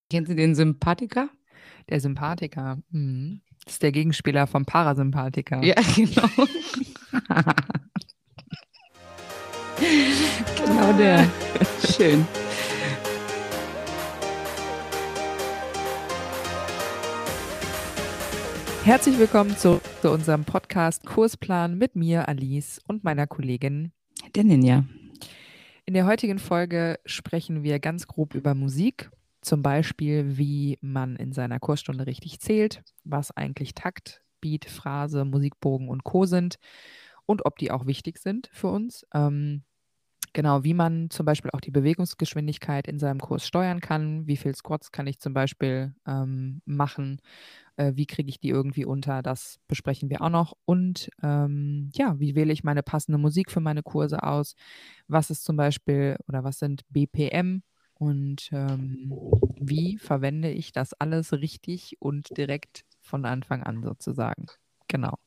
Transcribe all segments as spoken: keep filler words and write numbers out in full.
Kennen Sie den Sympathiker? Der Sympathiker. Mhm. Das ist der Gegenspieler vom Parasympathiker. Ja, genau. Genau der. Schön. Herzlich willkommen zu, zu unserem Podcast Kursplan mit mir, Alice, und meiner Kollegin Der Ninja. In der heutigen Folge sprechen wir ganz grob über Musik, zum Beispiel, wie man in seiner Kursstunde richtig zählt, was eigentlich Takt, Beat, Phrase, Musikbogen und Co. sind und ob die auch wichtig sind für uns. Ähm, genau, wie man zum Beispiel auch die Bewegungsgeschwindigkeit in seinem Kurs steuern kann, wie viel Squats kann ich zum Beispiel ähm, machen, äh, wie kriege ich die irgendwie unter, das besprechen wir auch noch. Und ähm, ja, wie wähle ich meine passende Musik für meine Kurse aus? Was ist zum Beispiel oder was sind B P M und ähm, wie verwende ich das alles richtig und direkt von Anfang an sozusagen? Genau.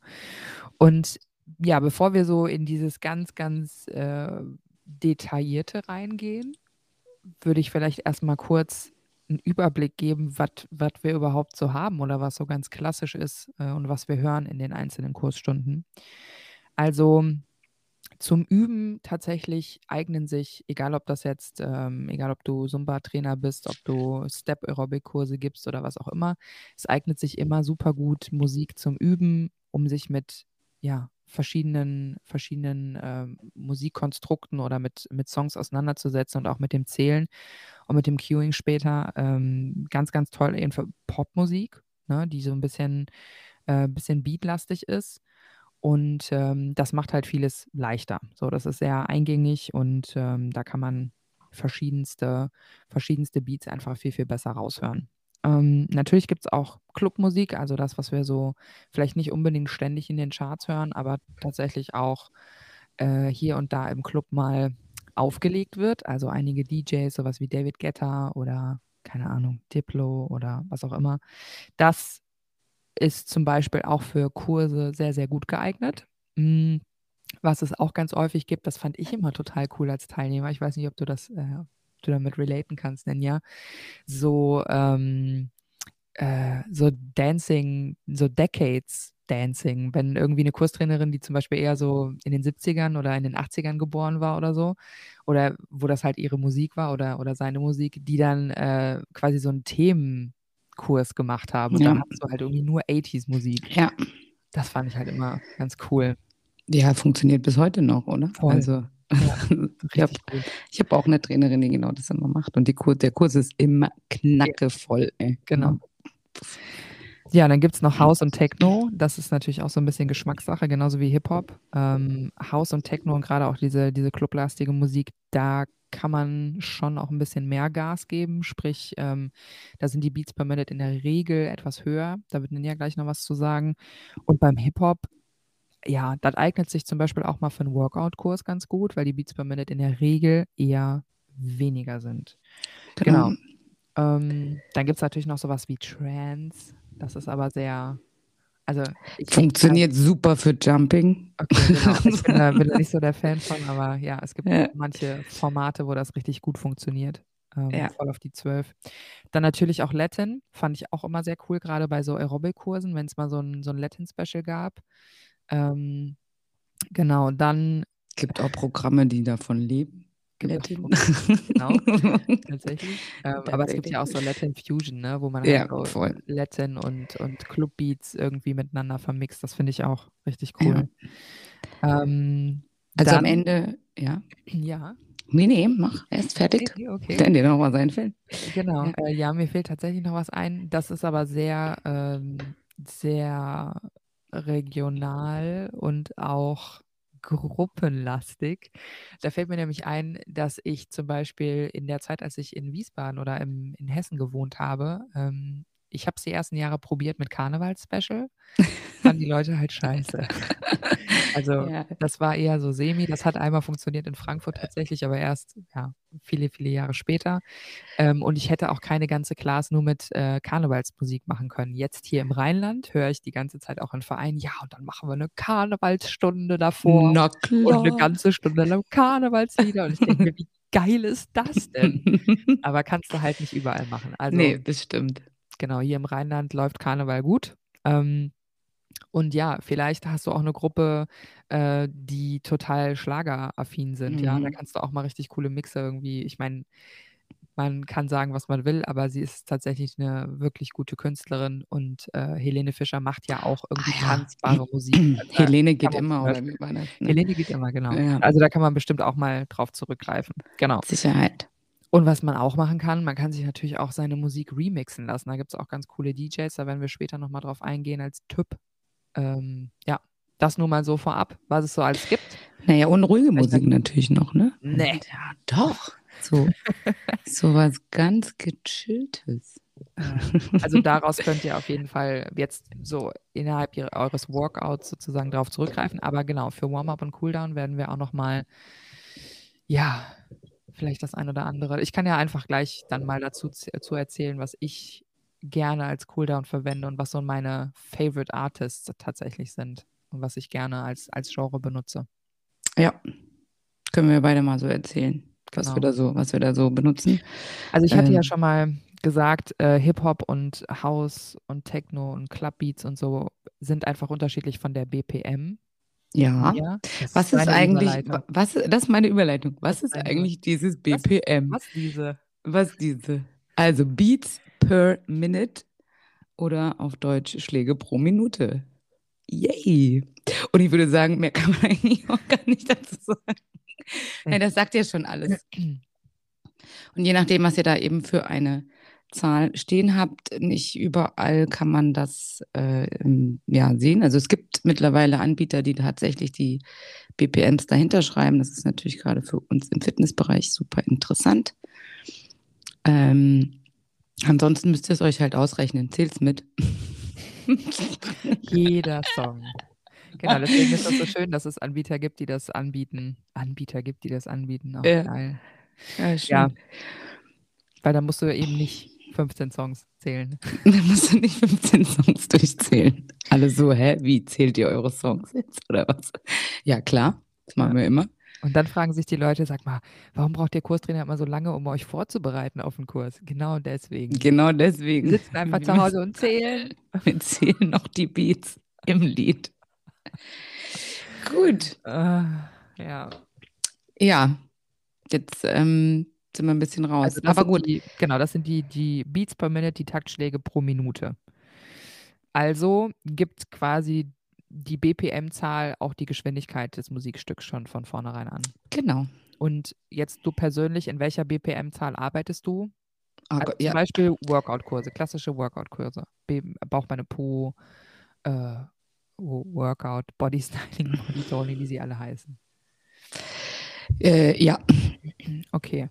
Und ja, bevor wir so in dieses ganz, ganz äh, Detaillierte reingehen, würde ich vielleicht erstmal kurz einen Überblick geben, was wir überhaupt so haben oder was so ganz klassisch ist äh, und was wir hören in den einzelnen Kursstunden. Also zum Üben tatsächlich eignen sich, egal ob das jetzt, ähm, egal ob du Zumba-Trainer bist, ob du Step-Aerobic-Kurse gibst oder was auch immer, es eignet sich immer super gut Musik zum Üben, um sich mit ja, verschiedenen, verschiedenen ähm, Musikkonstrukten oder mit, mit Songs auseinanderzusetzen und auch mit dem Zählen und mit dem Cueing später. Ähm, ganz, ganz toll eben für Popmusik, ne, die so ein bisschen, äh, bisschen beatlastig ist. Und ähm, das macht halt vieles leichter. So, das ist sehr eingängig und ähm, da kann man verschiedenste, verschiedenste Beats einfach viel, viel besser raushören. Ähm, natürlich gibt es auch Clubmusik, also das, was wir so vielleicht nicht unbedingt ständig in den Charts hören, aber tatsächlich auch äh, hier und da im Club mal aufgelegt wird. Also einige D Js, sowas wie David Guetta oder keine Ahnung, Diplo oder was auch immer. Das ist zum Beispiel auch für Kurse sehr, sehr gut geeignet. Mm, Was es auch ganz häufig gibt, das fand ich immer total cool als Teilnehmer. Ich weiß nicht, ob du das, äh, ob du damit relaten kannst, Nenja. So, ähm, äh, so Dancing, so Decades Dancing, wenn irgendwie eine Kurstrainerin, die zum Beispiel eher so in den siebzigern oder in den achtzigern geboren war oder so, oder wo das halt ihre Musik war oder, oder seine Musik, die dann äh, quasi so einen Themenkurs gemacht haben und Ja. dann hast du halt irgendwie nur achtziger Musik. Ja. Das fand ich halt immer ganz cool. Ja, funktioniert bis heute noch, oder? Voll. Also, Ja, ich habe richtig gut. hab auch eine Trainerin, die genau das immer macht. Und die Kur der Kurs ist immer knackevoll, ey. Genau. Ja, dann gibt es noch House und Techno. Das ist natürlich auch so ein bisschen Geschmackssache, genauso wie Hip-Hop. Ähm, House und Techno und gerade auch diese, diese clublastige Musik, da kann man schon auch ein bisschen mehr Gas geben. Sprich, ähm, da sind die Beats per Minute in der Regel etwas höher. Da wird Ninja gleich noch was zu sagen. Und beim Hip-Hop, ja, das eignet sich zum Beispiel auch mal für einen Workout-Kurs ganz gut, weil die Beats per Minute in der Regel eher weniger sind. Genau. Genau. Ähm, dann gibt es natürlich noch sowas wie Trance. Das ist aber sehr, also ich Funktioniert also, super für Jumping. Okay, genau. Ich bin da, bin da nicht so der Fan von, aber ja, es gibt Ja. manche Formate, wo das richtig gut funktioniert. Ähm, Ja. voll auf die zwölf. Dann natürlich auch Latin, fand ich auch immer sehr cool, gerade bei so Aerobic-Kursen, wenn es mal so ein, so ein Latin-Special gab. Ähm, genau, dann Gibt auch Programme, die davon leben. gibt es Latin. genau, tatsächlich. Ähm, aber es gibt ja auch so Tatsächlich. Latin Fusion, ne, wo man halt Ja, so voll. Latin und, und Club-Beats irgendwie miteinander vermixt. Das finde ich auch richtig Ja. cool. Ähm, Also am dann, Ende, ja. ja, Nee, nee, mach erst nee, fertig. nee, okay. Wenn dir noch was einfällt. Genau. Ja. Äh, ja, mir fehlt tatsächlich noch was ein. Das ist aber sehr, ähm, sehr regional und auch gruppenlastig. Da fällt mir nämlich ein, dass ich zum Beispiel in der Zeit, als ich in Wiesbaden oder im, in Hessen gewohnt habe, ähm, ich habe es die ersten Jahre probiert mit Karneval-Special, fanden die Leute halt scheiße. Also Ja. das war eher so semi. Das hat einmal funktioniert in Frankfurt tatsächlich, aber erst ja, viele, viele Jahre später. Ähm, und ich hätte auch keine ganze Class nur mit äh, Karnevalsmusik machen können. Jetzt hier im Rheinland höre ich die ganze Zeit auch in Vereinen, ja, und dann machen wir eine Karnevalsstunde davor Na und eine klar. ganze Stunde lang Karnevalslieder. Und ich denke mir, wie geil ist das denn? Aber kannst du halt nicht überall machen. Also, nee, das stimmt. genau, hier im Rheinland läuft Karneval gut. Ähm, und ja, vielleicht hast du auch eine Gruppe, äh, die total schlageraffin sind, ja? Da Mhm. kannst du auch mal richtig coole Mixe irgendwie ich meine, man kann sagen, was man will, aber sie ist tatsächlich eine wirklich gute Künstlerin und, äh, Helene Fischer macht ja auch irgendwie Ah ja, tanzbare Musik. Also, da Helene kann geht man zum immer, oder Beispiel wie war das, ne? Helene geht immer, genau. Ja, Also, da kann man bestimmt auch mal drauf zurückgreifen. Genau. Sicherheit. Und was man auch machen kann, man kann sich natürlich auch seine Musik remixen lassen. Da gibt's auch ganz coole D Js, da werden wir später noch mal drauf eingehen als Tipp. Ähm, ja, das nur mal so vorab, was es so alles gibt. Na ja, und ruhige Vielleicht mal Musik natürlich noch, ne? ne. Ja, doch. So so was ganz Gechilltes. Äh, also, daraus könnt ihr auf jeden Fall jetzt so innerhalb ihre eures Workouts sozusagen drauf zurückgreifen. Aber genau, für Warm-up und Cooldown werden wir auch noch mal ja, vielleicht das ein oder andere ich kann ja einfach gleich dann mal dazu z zu erzählen, was ich gerne als Cooldown verwende und was so meine Favorite Artists tatsächlich sind und was ich gerne als als Genre benutze. Ja, können wir beide mal so erzählen, was wir Genau. da so was wir da so benutzen. Also, ich hatte ja Ähm, schon mal gesagt, äh, Hip-Hop und House und Techno und Clubbeats und so sind einfach unterschiedlich von der B P M ja. her. Das ist Was ist deine eigentlich wa Überleitung. was das ist meine Überleitung. Das Was ist ist deine Über eigentlich dieses was B P M? was diese? Was diese? Also, Beats per Minute oder auf Deutsch Schläge pro Minute. Yay. Und ich würde sagen, mehr kann man eigentlich auch gar nicht dazu sagen. Ne. Nein, das sagt ja schon alles. Und je nachdem, was ihr da eben für eine Zahl stehen habt, nicht überall kann man das, äh, ähm, ja, sehen. Also, es gibt mittlerweile Anbieter, die tatsächlich die B P Ms dahinter schreiben. Das ist natürlich grade für uns im Fitnessbereich super interessant. Ähm, ansonsten müsst ihr's euch halt ausrechnen. Zählt's mit. Jeder Song. Genau, deswegen ist das so schön, dass es Anbieter gibt, die das anbieten Anbieter gibt, die das anbieten, auch Ja. geil. Ja, Ja. schön. Weil dann musst du eben nicht fünfzehn Songs zählen. Dann musst du nicht fünfzehn Songs durchzählen. Alle so: „Hä, wie zählt ihr eure Songs jetzt oder was?“ Ja klar, das machen Ja. wir immer. Und dann fragen sich die Leute: „Sag mal, warum braucht der Kurstrainer immer so lange, um euch vorzubereiten auf 'n Kurs?“ Genau deswegen. Genau Wir deswegen. sitzen einfach Wir zu Hause müssen und zählen. wir zählen noch die Beats im Lied. Gut. Äh, ja. Ja, jetzt, ähm, sind wir 'n bisschen Also, raus. das Aber sind gut. die genau, das sind die die Beats per Minute, die Taktschläge pro Minute. Also, gibt quasi die B P M-Zahl auch die Geschwindigkeit des Musikstücks schon von vornherein an. Genau. Und jetzt du persönlich, in welcher B P M-Zahl arbeitest du? Oh Also, Gott, zum ja. Beispiel Workout-Kurse, klassische Workout-Kurse, B Bauch, Beine, Po, äh, Wo Workout, Bodystyling, Bodytoning, wie sie alle heißen. Äh, ja. Okay.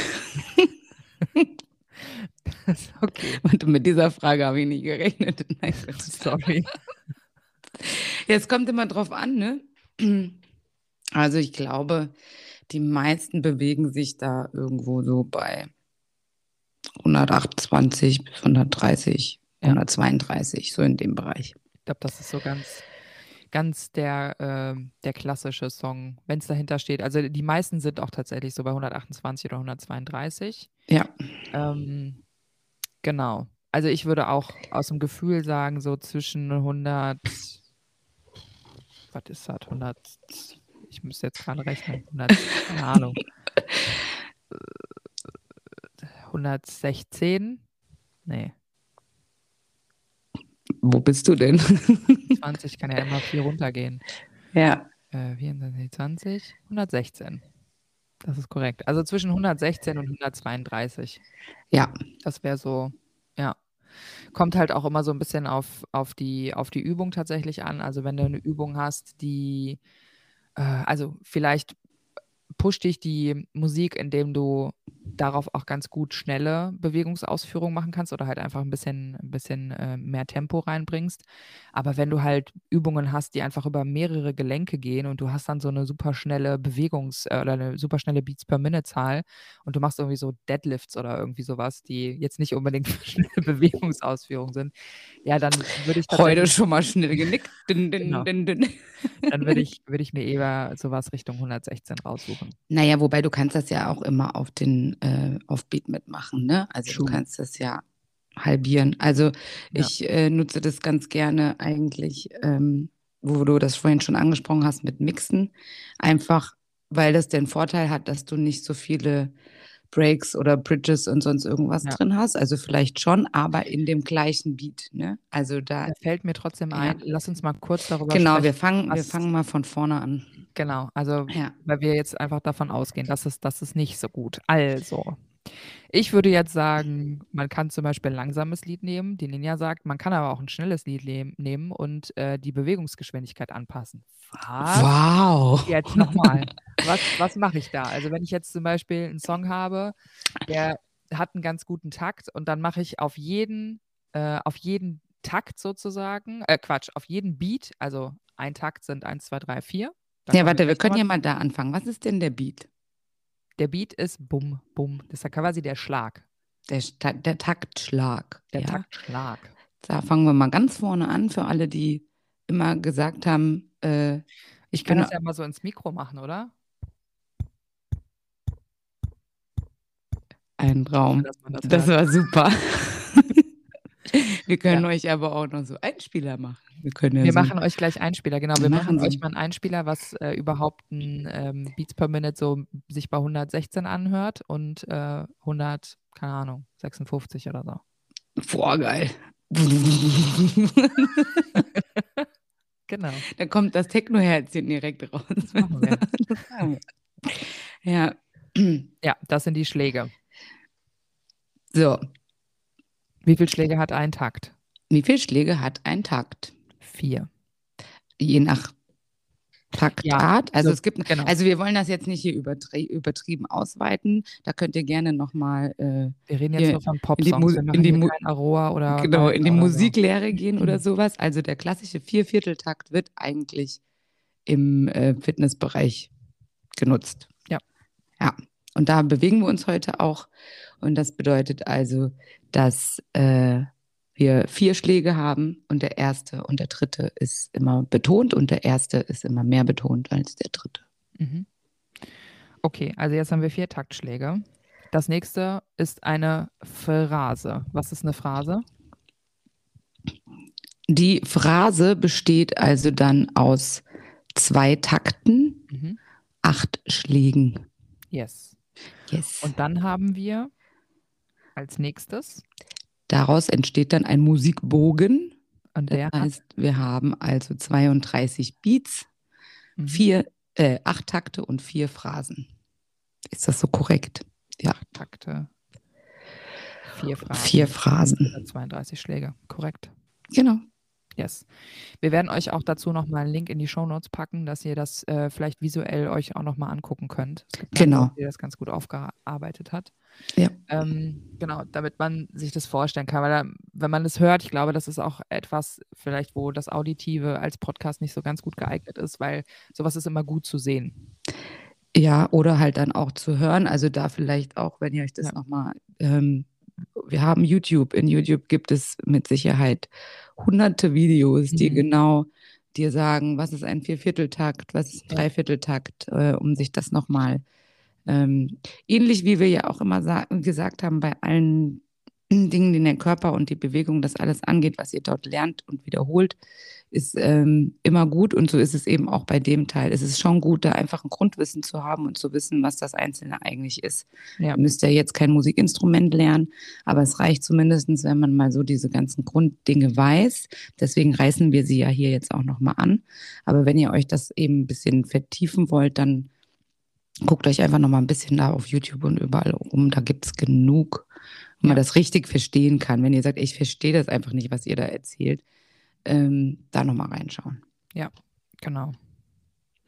Das ist okay. Und mit dieser Frage habe ich nicht gerechnet. Nein, Quatsch. Sorry. Ja, es kommt immer drauf an, ne? Also, ich glaube, die meisten bewegen sich da irgendwo so bei hundertachtundzwanzig bis hundertdreißig, Ja. hundertzweiunddreißig, so in dem Bereich. Ich glaube, das ist so ganz ganz der ähm, der klassische Song, wenn's dahinter steht. Also, die meisten sind auch tatsächlich so bei hundertachtundzwanzig oder hundertzweiunddreißig. Ja. Ähm, genau. Also, ich würde auch aus'm Gefühl sagen, so zwischen hundert was ist das? hundert ich müsste jetzt grade rechnen. hundert keine Ahnung. Äh, hundertsechzehn? Ne. Wo bist du denn? zwanzig kann ja immer viel runtergehen. Ja. Äh, vierundzwanzig, zwanzig, hundertsechzehn. Das ist korrekt. Also, zwischen hundertsechzehn und hundertzweiunddreißig. Ja. Das wäre so ja. Kommt halt auch immer so 'n bisschen auf auf die auf die Übung tatsächlich an. Also, wenn du 'ne Übung hast, die äh, also, vielleicht pusht dich die Musik, indem du darauf auch ganz gut schnelle Bewegungsausführungen machen kannst oder halt einfach ein bisschen, ein bisschen äh, mehr Tempo reinbringst. Aber wenn du halt Übungen hast, die einfach über mehrere Gelenke gehen und du hast dann so eine super schnelle Bewegungs- äh, oder eine super schnelle Beats per Minute-Zahl und du machst irgendwie so Deadlifts oder irgendwie sowas, die jetzt nicht unbedingt schnelle Bewegungsausführungen sind, ja, dann würde ich Heute tatsächlich, schon mal schnell genickt. Din, din, genau, din, din. dann würde ich, würde ich mir eher sowas Richtung hundertsechzehn raussuchen. Naja, wobei du kannst das ja auch immer auf den äh, auf Beat mitmachen, ne? Also du True. kannst das ja halbieren. Also Ja. ich äh, nutze das ganz gerne eigentlich, ähm, wo du das vorhin schon angesprochen hast mit Mixen, einfach weil das den Vorteil hat, dass du nicht so viele Breaks oder Bridges und sonst irgendwas Ja. drin hast. Also vielleicht schon, aber in dem gleichen Beat, ne? Also da, Da fällt mir trotzdem ja, ein, lass uns mal kurz darüber genau, wir sprechen, fangen, wir was, fangen mal von vorne an. genau, also Ja. weil wir jetzt einfach davon ausgehen, das ist, das ist nicht so gut. Also, ich würde jetzt sagen, man kann zum Beispiel ein langsames Lied nehmen, die Ninja sagt, man kann aber auch ein schnelles Lied le- nehmen und äh, die Bewegungsgeschwindigkeit anpassen. Was? Wow. Jetzt nochmal. Was, was mache ich da? Also wenn ich jetzt zum Beispiel einen Song habe, der hat einen ganz guten Takt und dann mache ich auf jeden, äh, auf jeden Takt sozusagen, äh, Quatsch, auf jeden Beat, also ein Takt sind eins, zwei, drei, vier. Da Ja, kommen wir warte, wir gleich können nochmal ja zu. mal da anfangen. Was ist denn der Beat? Der Beat ist Bum, Bum. Das ist ja quasi der Schlag, Der, Sta- der Taktschlag. der Ja, Taktschlag. da fangen wir mal ganz vorne an für alle, die immer gesagt haben, äh, Ich ich kann bin das ja mal so ins Mikro machen, oder? ein Ich hoffe, Raum. dass man das Das hört. war super. Wir können Ja. euch aber auch noch so Einspieler machen. Wir können ja Wir so, machen euch gleich Einspieler, genau. wir Wir machen machen so. euch mal einen Einspieler, was äh, überhaupt ein ähm, Beats per Minute so sich bei hundertsechzehn anhört und äh, hundert, keine Ahnung, sechsundfünfzig oder so. Boah, geil. Genau, Da kommt das Techno-Herzchen direkt raus. das machen wir. Das machen wir. Ja. Ja, das sind die Schläge. So, Wie viele Schläge hat ein Takt? wie viele Schläge hat ein Takt? Vier. Je nach Ja, Taktart. Also so, es gibt, genau. also wir wollen das jetzt nicht hier übertrie übertrieben ausweiten. Da könnt ihr gerne nochmal äh, Wir reden jetzt hier nur von in die, Mu Pop-Songs. Wir in machen die hier Mu kein Aroa oder genau, in die Walzer oder so. Musiklehre gehen oder sowas. Also der klassische Viervierteltakt wird eigentlich im äh, Fitnessbereich genutzt. Ja. Ja. Und da bewegen wir uns heute auch. Und das bedeutet also, dass äh, wir vier Schläge haben und der erste und der dritte ist immer betont und der erste ist immer mehr betont als der dritte. Mhm. Okay, also jetzt haben wir vier Taktschläge. Das nächste ist eine Phrase. Was ist eine Phrase? Die Phrase besteht also dann aus zwei Takten, Mhm. acht Schlägen. Yes. Yes. Und dann haben wir als nächstes, Daraus entsteht dann ein Musikbogen. und Das der hat heißt, wir haben also zweiunddreißig Beats, mhm. vier, äh, acht Takte und vier Phrasen. Ist das so korrekt? Ja. acht Takte, vier Phrasen, Vier Phrasen. zweiunddreißig Schläge. Korrekt. Genau. Yes. Wir werden euch auch dazu nochmal einen Link in die Shownotes packen, dass ihr das äh, vielleicht visuell euch auch nochmal angucken könnt. Es gibt Genau. Leute, die das ganz gut aufgearbeitet hat. Ja. Ähm, genau, damit man sich das vorstellen kann. Weil da, wenn man das hört, ich glaube, das ist auch etwas vielleicht, wo das Auditive als Podcast nicht so ganz gut geeignet ist, weil sowas ist immer gut zu sehen. Ja, oder halt dann auch zu hören. Also da vielleicht auch, wenn ihr euch das Ja. nochmal, ähm, wir haben YouTube. In YouTube gibt es mit Sicherheit hunderte Videos, die Mhm. genau dir sagen, was ist ein Viervierteltakt, was ist ein Ja. Dreivierteltakt, äh, um sich das nochmal, ähm, ähnlich wie wir ja auch immer sa- gesagt haben, bei allen Dingen, die den Körper und die Bewegung, das alles angeht, was ihr dort lernt und wiederholt, ist ähm, immer gut. Und so ist es eben auch bei dem Teil. Es ist schon gut, da einfach ein Grundwissen zu haben und zu wissen, was das Einzelne eigentlich ist. Ja. Ihr müsst ja jetzt kein Musikinstrument lernen, aber es reicht zumindest, wenn man mal so diese ganzen Grunddinge weiß. Deswegen reißen wir sie ja hier jetzt auch nochmal an. Aber wenn ihr euch das eben ein bisschen vertiefen wollt, dann guckt euch einfach nochmal ein bisschen da auf YouTube und überall rum. Da gibt es genug, wo man Ja. das richtig verstehen kann. Wenn ihr sagt, ich verstehe das einfach nicht, was ihr da erzählt, ähm, da nochmal reinschauen. Ja, genau.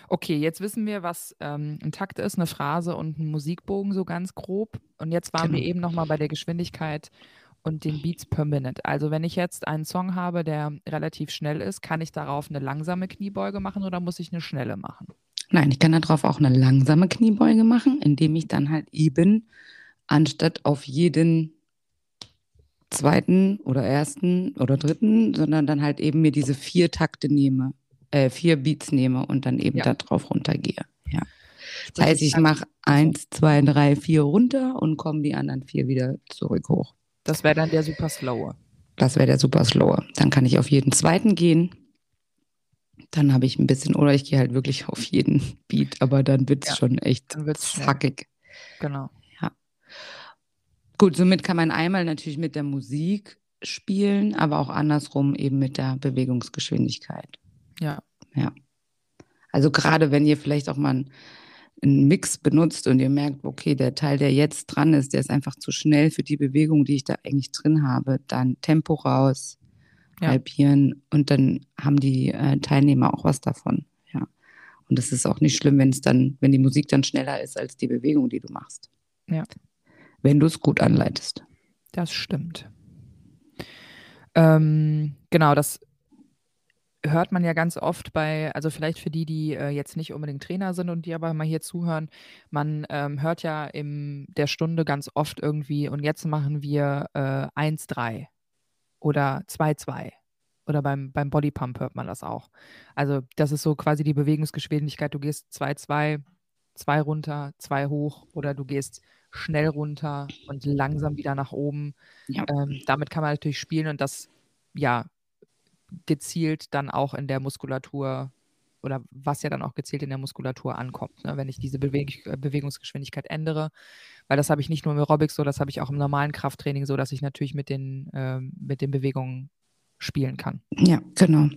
Okay, jetzt wissen wir, was ähm, ein Takt ist, eine Phrase und ein Musikbogen, so ganz grob. Und jetzt waren wir Genau. eben nochmal bei der Geschwindigkeit und den Beats per Minute. Also wenn ich jetzt einen Song habe, der relativ schnell ist, kann ich darauf eine langsame Kniebeuge machen oder muss ich eine schnelle machen? Nein, ich kann darauf auch eine langsame Kniebeuge machen, indem ich dann halt eben anstatt auf jeden zweiten oder ersten oder dritten, sondern dann halt eben mir diese vier Takte nehme, äh, vier Beats nehme und dann eben Ja. da drauf runtergehe. Ja. Das Sprich, heißt, ich ich kann- mache Achso. eins, zwei, drei, vier runter und komme die anderen vier wieder zurück hoch. Das wäre dann der super slowe. Das wäre der super slowe. Dann kann ich auf jeden zweiten gehen. Dann habe ich ein bisschen, oder ich gehe halt wirklich auf jeden Beat, aber dann wird es Ja, schon echt dann wird's schnell. zackig. Genau. Ja. Gut, somit kann man einmal natürlich mit der Musik spielen, aber auch andersrum eben mit der Bewegungsgeschwindigkeit. Ja. Ja. Also gerade wenn ihr vielleicht auch mal einen, einen Mix benutzt und ihr merkt, okay, der Teil, der jetzt dran ist, der ist einfach zu schnell für die Bewegung, die ich da eigentlich drin habe, dann Tempo raus, Ja. halbieren und dann haben die äh, Teilnehmer auch was davon. Ja. Und es ist auch nicht schlimm, wenn es dann, wenn die Musik dann schneller ist als die Bewegung, die du machst. Ja. Wenn du es gut anleitest. Das stimmt. Ähm, genau, das hört man ja ganz oft bei, also vielleicht für die, die äh, jetzt nicht unbedingt Trainer sind und die aber mal hier zuhören, man ähm, hört ja in der Stunde ganz oft irgendwie, und jetzt machen wir äh, eins drei oder zwei zwei. Oder beim, beim Bodypump hört man das auch. Also das ist so quasi die Bewegungsgeschwindigkeit. Du gehst zwei zwei, zwei runter, zwei hoch oder du gehst schnell runter und langsam wieder nach oben. Ja. Ähm, damit kann man natürlich spielen und das, ja, gezielt dann auch in der Muskulatur oder was ja dann auch gezielt in der Muskulatur ankommt, ne? Wenn ich diese Beweg Bewegungsgeschwindigkeit ändere. Weil das habe ich nicht nur im Aerobics so, das habe ich auch im normalen Krafttraining so, dass ich natürlich mit den, ähm, mit den Bewegungen spielen kann. Ja, genau.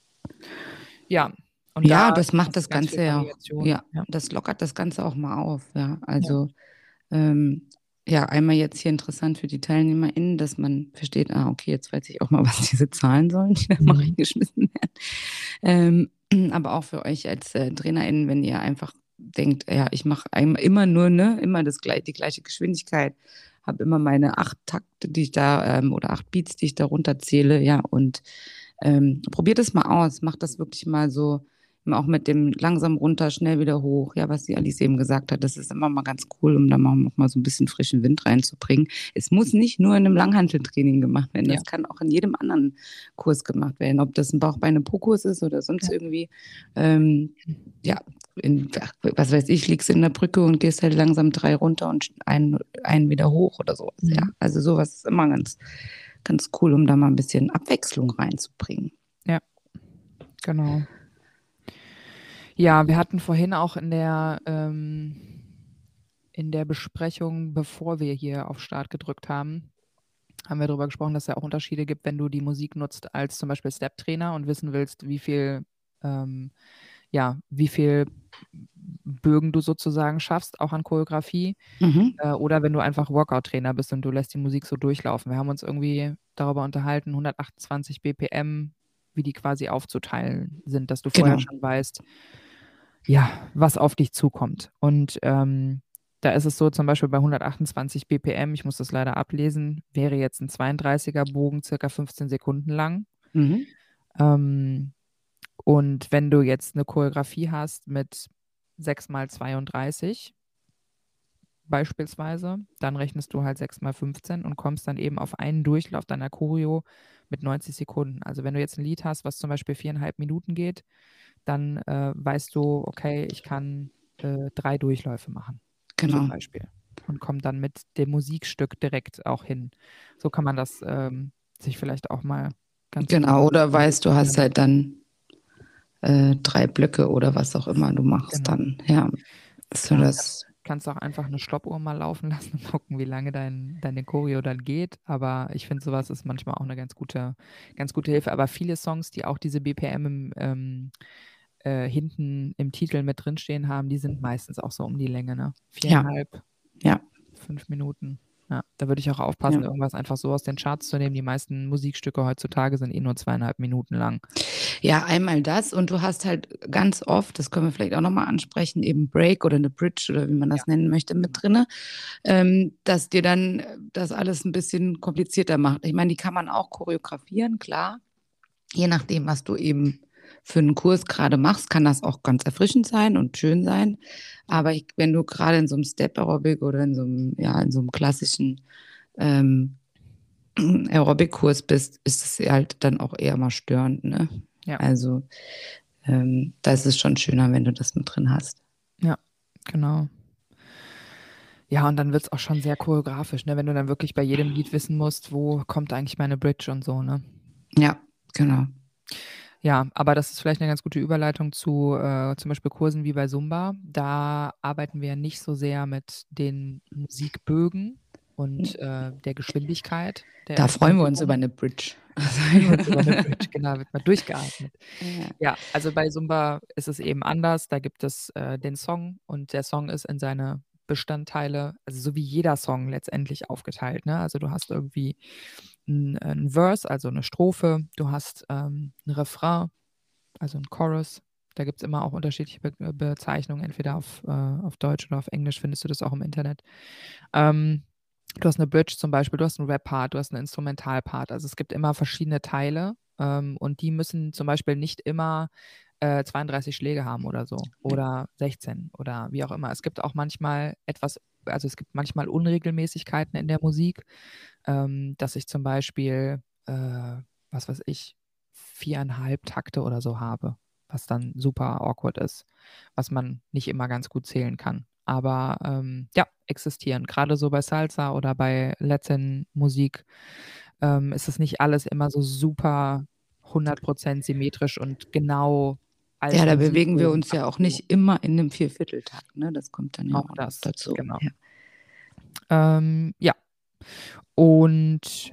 Ja, und Ja, da das macht hast du das ganz Ganze viel ja auch, Variation. ja, Ja. das lockert das Ganze auch mal auf, ja. Also, ähm, ja, einmal jetzt hier interessant für die TeilnehmerInnen, dass man versteht, ah, okay, jetzt weiß ich auch mal, was diese Zahlen sollen, die da mal Mhm. reingeschmissen werden. Ähm, aber auch für euch als äh, TrainerInnen, wenn ihr einfach denkt, ja, ich mache immer nur, ne, immer das, gleich- die gleiche Geschwindigkeit, habe immer meine acht Takte, die ich da, ähm, oder acht Beats, die ich da runterzähle, ja, und ähm, probiert es mal aus, macht das wirklich mal so, auch mit dem langsam runter, schnell wieder hoch. Ja, was die Alice eben gesagt hat, das ist immer mal ganz cool, um da mal, noch mal so ein bisschen frischen Wind reinzubringen. Es muss nicht nur in einem Langhanteltraining gemacht werden, das Ja. kann auch in jedem anderen Kurs gemacht werden, ob das ein Bauch-Beine-Po-Kurs ist oder sonst Ja. irgendwie. Ähm, ja, in, was weiß ich, liegst in der Brücke und gehst halt langsam drei runter und einen, einen wieder hoch oder sowas. Mhm. Ja, also sowas ist immer ganz, ganz cool, um da mal ein bisschen Abwechslung reinzubringen. Ja, genau. Ja, wir hatten vorhin auch in der, ähm, in der Besprechung, bevor wir hier auf Start gedrückt haben, haben wir darüber gesprochen, dass es ja auch Unterschiede gibt, wenn du die Musik nutzt als zum Beispiel Step-Trainer und wissen willst, wie viel, ähm, ja, wie viel Bögen du sozusagen schaffst, auch an Choreografie. Mhm. Äh, oder wenn du einfach Workout-Trainer bist und du lässt die Musik so durchlaufen. Wir haben uns irgendwie darüber unterhalten, hundertachtundzwanzig B P M, wie die quasi aufzuteilen sind, dass du vorher Genau. schon weißt, ja, was auf dich zukommt. Und ähm, da ist es so, zum Beispiel bei hundertachtundzwanzig B P M, ich muss das leider ablesen, wäre jetzt ein zweiunddreißiger Bogen circa fünfzehn Sekunden lang. Mhm. Ähm, und wenn du jetzt eine Choreografie hast mit sechs mal zweiunddreißig beispielsweise, dann rechnest du halt sechs mal fünfzehn und kommst dann eben auf einen Durchlauf deiner Choreo mit neunzig Sekunden. Also wenn du jetzt ein Lied hast, was zum Beispiel viereinhalb Minuten geht, dann äh, weißt du, okay, ich kann äh, drei Durchläufe machen, Genau. zum Beispiel. Und komme dann mit dem Musikstück direkt auch hin. So kann man das ähm, sich vielleicht auch mal ganz Genau, gut oder weißt du, hast ja. halt dann äh, drei Blöcke oder was auch immer du machst Genau. dann. Ja, so Klar, das. kannst auch einfach eine Stoppuhr mal laufen lassen und gucken, wie lange dein, deine Choreo dann geht. Aber ich finde, sowas ist manchmal auch eine ganz gute, ganz gute Hilfe. Aber viele Songs, die auch diese B P M im, ähm, äh, hinten im Titel mit drinstehen haben, die sind meistens auch so um die Länge, ne? Ja. Viereinhalb, Ja. fünf Minuten. Ja, da würde ich auch aufpassen, Ja. irgendwas einfach so aus den Charts zu nehmen. Die meisten Musikstücke heutzutage sind eh nur zweieinhalb Minuten lang. Ja, einmal das und du hast halt ganz oft, das können wir vielleicht auch noch mal ansprechen, eben Break oder 'ne Bridge oder wie man Ja. das nennen möchte, mit Genau. drinne, ähm, dass dir dann das alles 'n bisschen komplizierter macht. Ich meine, die kann man auch choreografieren, klar. Je nachdem, was du eben für 'n Kurs grade machst, kann das auch ganz erfrischend sein und schön sein. Ja. Aber ich wenn du grade in so 'nem Step Aerobic oder in so 'nem ja, in so 'nem klassischen, ähm, Aerobic-Kurs bist, ist es halt dann auch eher mal störend, ne? Ja. Also, ähm, da ist es schon schöner, wenn du das mit drin hast. Ja, genau. Ja, und dann wird's auch schon sehr choreografisch, ne, wenn du dann wirklich bei jedem Lied wissen musst: „Wo kommt eigentlich meine Bridge?“ und so, ne? Ja, genau. Ja, aber das ist vielleicht 'ne ganz gute Überleitung zu, äh, zum Beispiel Kursen wie bei Zumba. Da arbeiten wir ja nicht so sehr mit den Musikbögen und, äh, der Geschwindigkeit der Da in der freuen wir uns über Übung. 'ne Bridge. Freuen wir uns über 'ne Bridge, genau, wird mal durchgeatmet. Ja. Ja, also bei Zumba ist es eben anders. Da gibt es, äh, den Song und der Song ist in seine Bestandteile also so wie jeder Song letztendlich aufgeteilt, ne? Also, du hast irgendwie 'n äh, 'n Verse, also 'ne Strophe. Du hast, ähm, 'n Refrain, also 'n Chorus. Da gibt's immer auch unterschiedliche Be äh, Bezeichnungen. Entweder auf, äh auf Deutsch oder auf Englisch findest du das auch im Internet. Ähm, du hast 'ne Bridge zum Beispiel, du hast 'n Rap-Part, du hast 'n Instrumental-Part. Also, es gibt immer verschiedene Teile, ähm, und die müssen zum Beispiel nicht immer, äh, zweiunddreißig Schläge haben oder so oder sechzehn oder wie auch immer. Es gibt auch manchmal etwas also, es gibt manchmal Unregelmäßigkeiten in der Musik, ähm, dass ich zum Beispiel, äh, was weiß ich, viereinhalb Takte oder so habe, was dann super awkward ist, was man nicht immer ganz gut zählen kann. Aber, ähm, ja, existieren. Grade so bei Salsa oder bei Latin-Musik, ähm, ist es nicht alles immer so super hundert Prozent symmetrisch und genau als Ja, da bewegen wir Musikbögen uns ja auch abgewogen. nicht immer in 'nem Viervierteltakt, ne? Das kommt dann ja Auch auch noch das, dazu, genau. ja. Ähm, ja. Und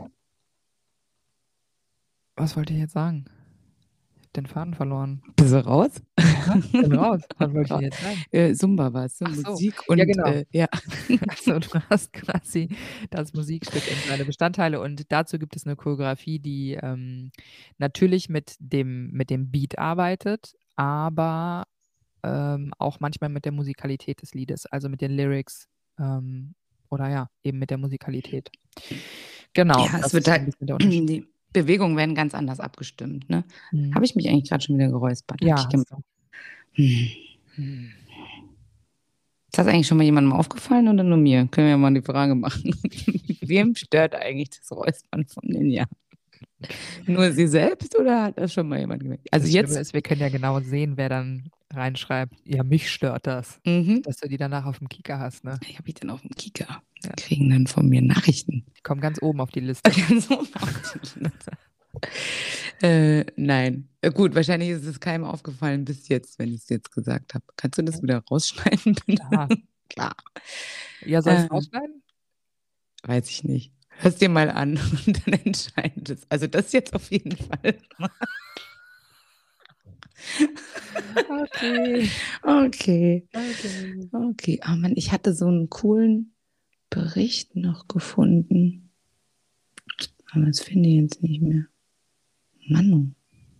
was wollte ich jetzt sagen? Den Faden verloren. Bist du raus? Ja, bin raus. Was wollte ich Ra denn jetzt sagen? äh, Zumba war's, ne? Ach so, Musik ja und, genau. äh ja. Also, du hast quasi das Musikstück in seine Bestandteile und dazu gibt es 'ne Choreografie, die, ähm, natürlich mit dem mit dem Beat arbeitet, aber, ähm, auch manchmal mit der Musikalität des Liedes, also mit den Lyrics, ähm, oder ja, eben mit der Musikalität. Genau, Ja, es das wird ist so halt 'n bisschen der Unterschied. die Bewegungen werden ganz anders abgestimmt, ne? Mhm. Habe ich mich eigentlich grad schon wieder geräuspert? Habe Ja, ich gem hast du. hm. Hm. Ist das eigentlich schon mal jemandem aufgefallen oder nur mir? Können wir ja mal die Frage machen. Wem stört eigentlich das Räuspern von Ninja? Nur sie selbst oder hat das schon mal jemand gemerkt? Also Das Schlimme jetzt ist, wir können ja genau sehen, wer dann reinschreibt: „Ja, mich stört das.“ Mhm. Dass du die danach aufm Kieker hast, ne? Die habe ich dann aufm Kieker. Die Ja. kriegen dann von mir Nachrichten. Die kommen ganz oben auf die Liste. Ganz oben auf die Liste. Äh, nein. Äh, gut, wahrscheinlich ist es keinem aufgefallen bis jetzt, wenn ich's jetzt gesagt habe. Kannst du das wieder rausschneiden bitte? Klar. Klar. Ja, soll ich's Äh rausschneiden? Weiß ich nicht. Hör's dir mal an und dann entscheidest. Also, das jetzt auf jeden Fall. Okay. Okay. Okay. Okay. Oh Mann, ich hatte so 'n coolen Bericht noch gefunden. Aber das finde ich jetzt nicht mehr. Mann, oh.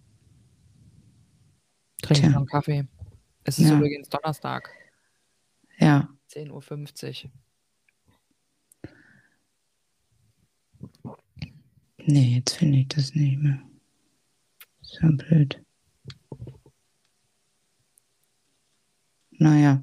Trink Tja. noch 'n Kaffee. Es ist Ja. übrigens Donnerstag. Ja. zehn Uhr fünfzig. Ne, jetzt finde ich das nicht mehr. Ist ja blöd. Na ja.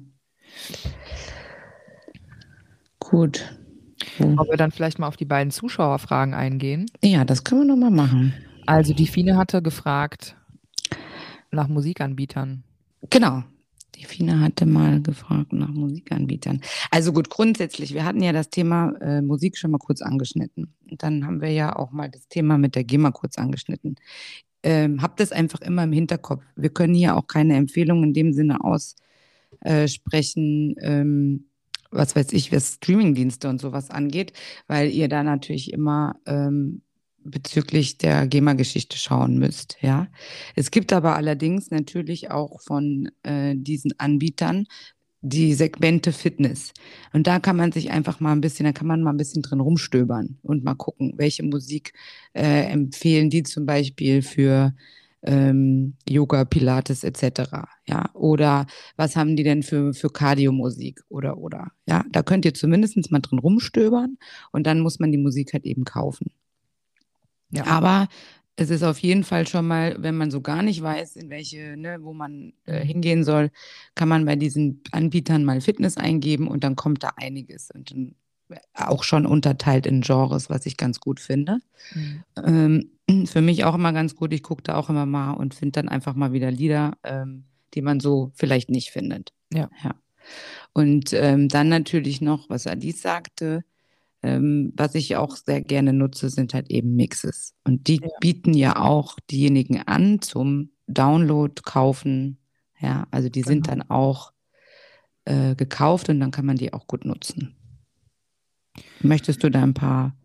Gut. Hm. Wollen wir dann vielleicht mal auf die beiden Zuschauerfragen eingehen? Ja, das können wir noch mal machen. Also, die Fine hatte gefragt nach Musikanbietern. Genau. Die Fine hatte mal gefragt nach Musikanbietern. Also gut, grundsätzlich, wir hatten ja das Thema, äh, Musik schon mal kurz angeschnitten. Und dann haben wir ja auch mal das Thema mit der GEMA kurz angeschnitten. Ähm, habt das einfach immer im Hinterkopf. Wir können hier auch keine Empfehlung in dem Sinne aus äh, sprechen, ähm, was weiß ich, was Streamingdienste und so was angeht, weil ihr da natürlich immer, ähm, bezüglich der GEMA-Geschichte schauen müsst, ja? Es gibt aber allerdings natürlich auch von, äh, diesen Anbietern die Segmente Fitness. Und da kann man sich einfach mal ein bisschen, da kann man mal ein bisschen drin rumstöbern und mal gucken, welche Musik äh, empfehlen die zum Beispiel für ähm, Yoga, Pilates et cetera. Ja, oder was haben die denn für, für Cardio-Musik oder oder. Ja, da könnt ihr zumindest mal drin rumstöbern und dann muss man die Musik halt eben kaufen. Ja. Aber es ist auf jeden Fall schon mal, wenn man so gar nicht weiß, in welche, ne, wo man äh, Mhm. hingehen soll, kann man bei diesen Anbietern mal Fitness eingeben und dann kommt da einiges. Und dann auch schon unterteilt in Genres, was ich ganz gut finde. Mhm. Ähm, für mich auch immer ganz gut. Ich gucke da auch immer mal und finde dann einfach mal wieder Lieder, ähm, die man so vielleicht nicht findet. Ja. Ja. Und ähm, dann natürlich noch, was Alice sagte, ähm, was ich auch sehr gerne nutze, sind halt eben Mixes. Und die Ja. bieten ja auch diejenigen an zum Download, Kaufen. Ja, also die sind Genau. dann auch äh, gekauft und dann kann man die auch gut nutzen. Möchtest du da ein paar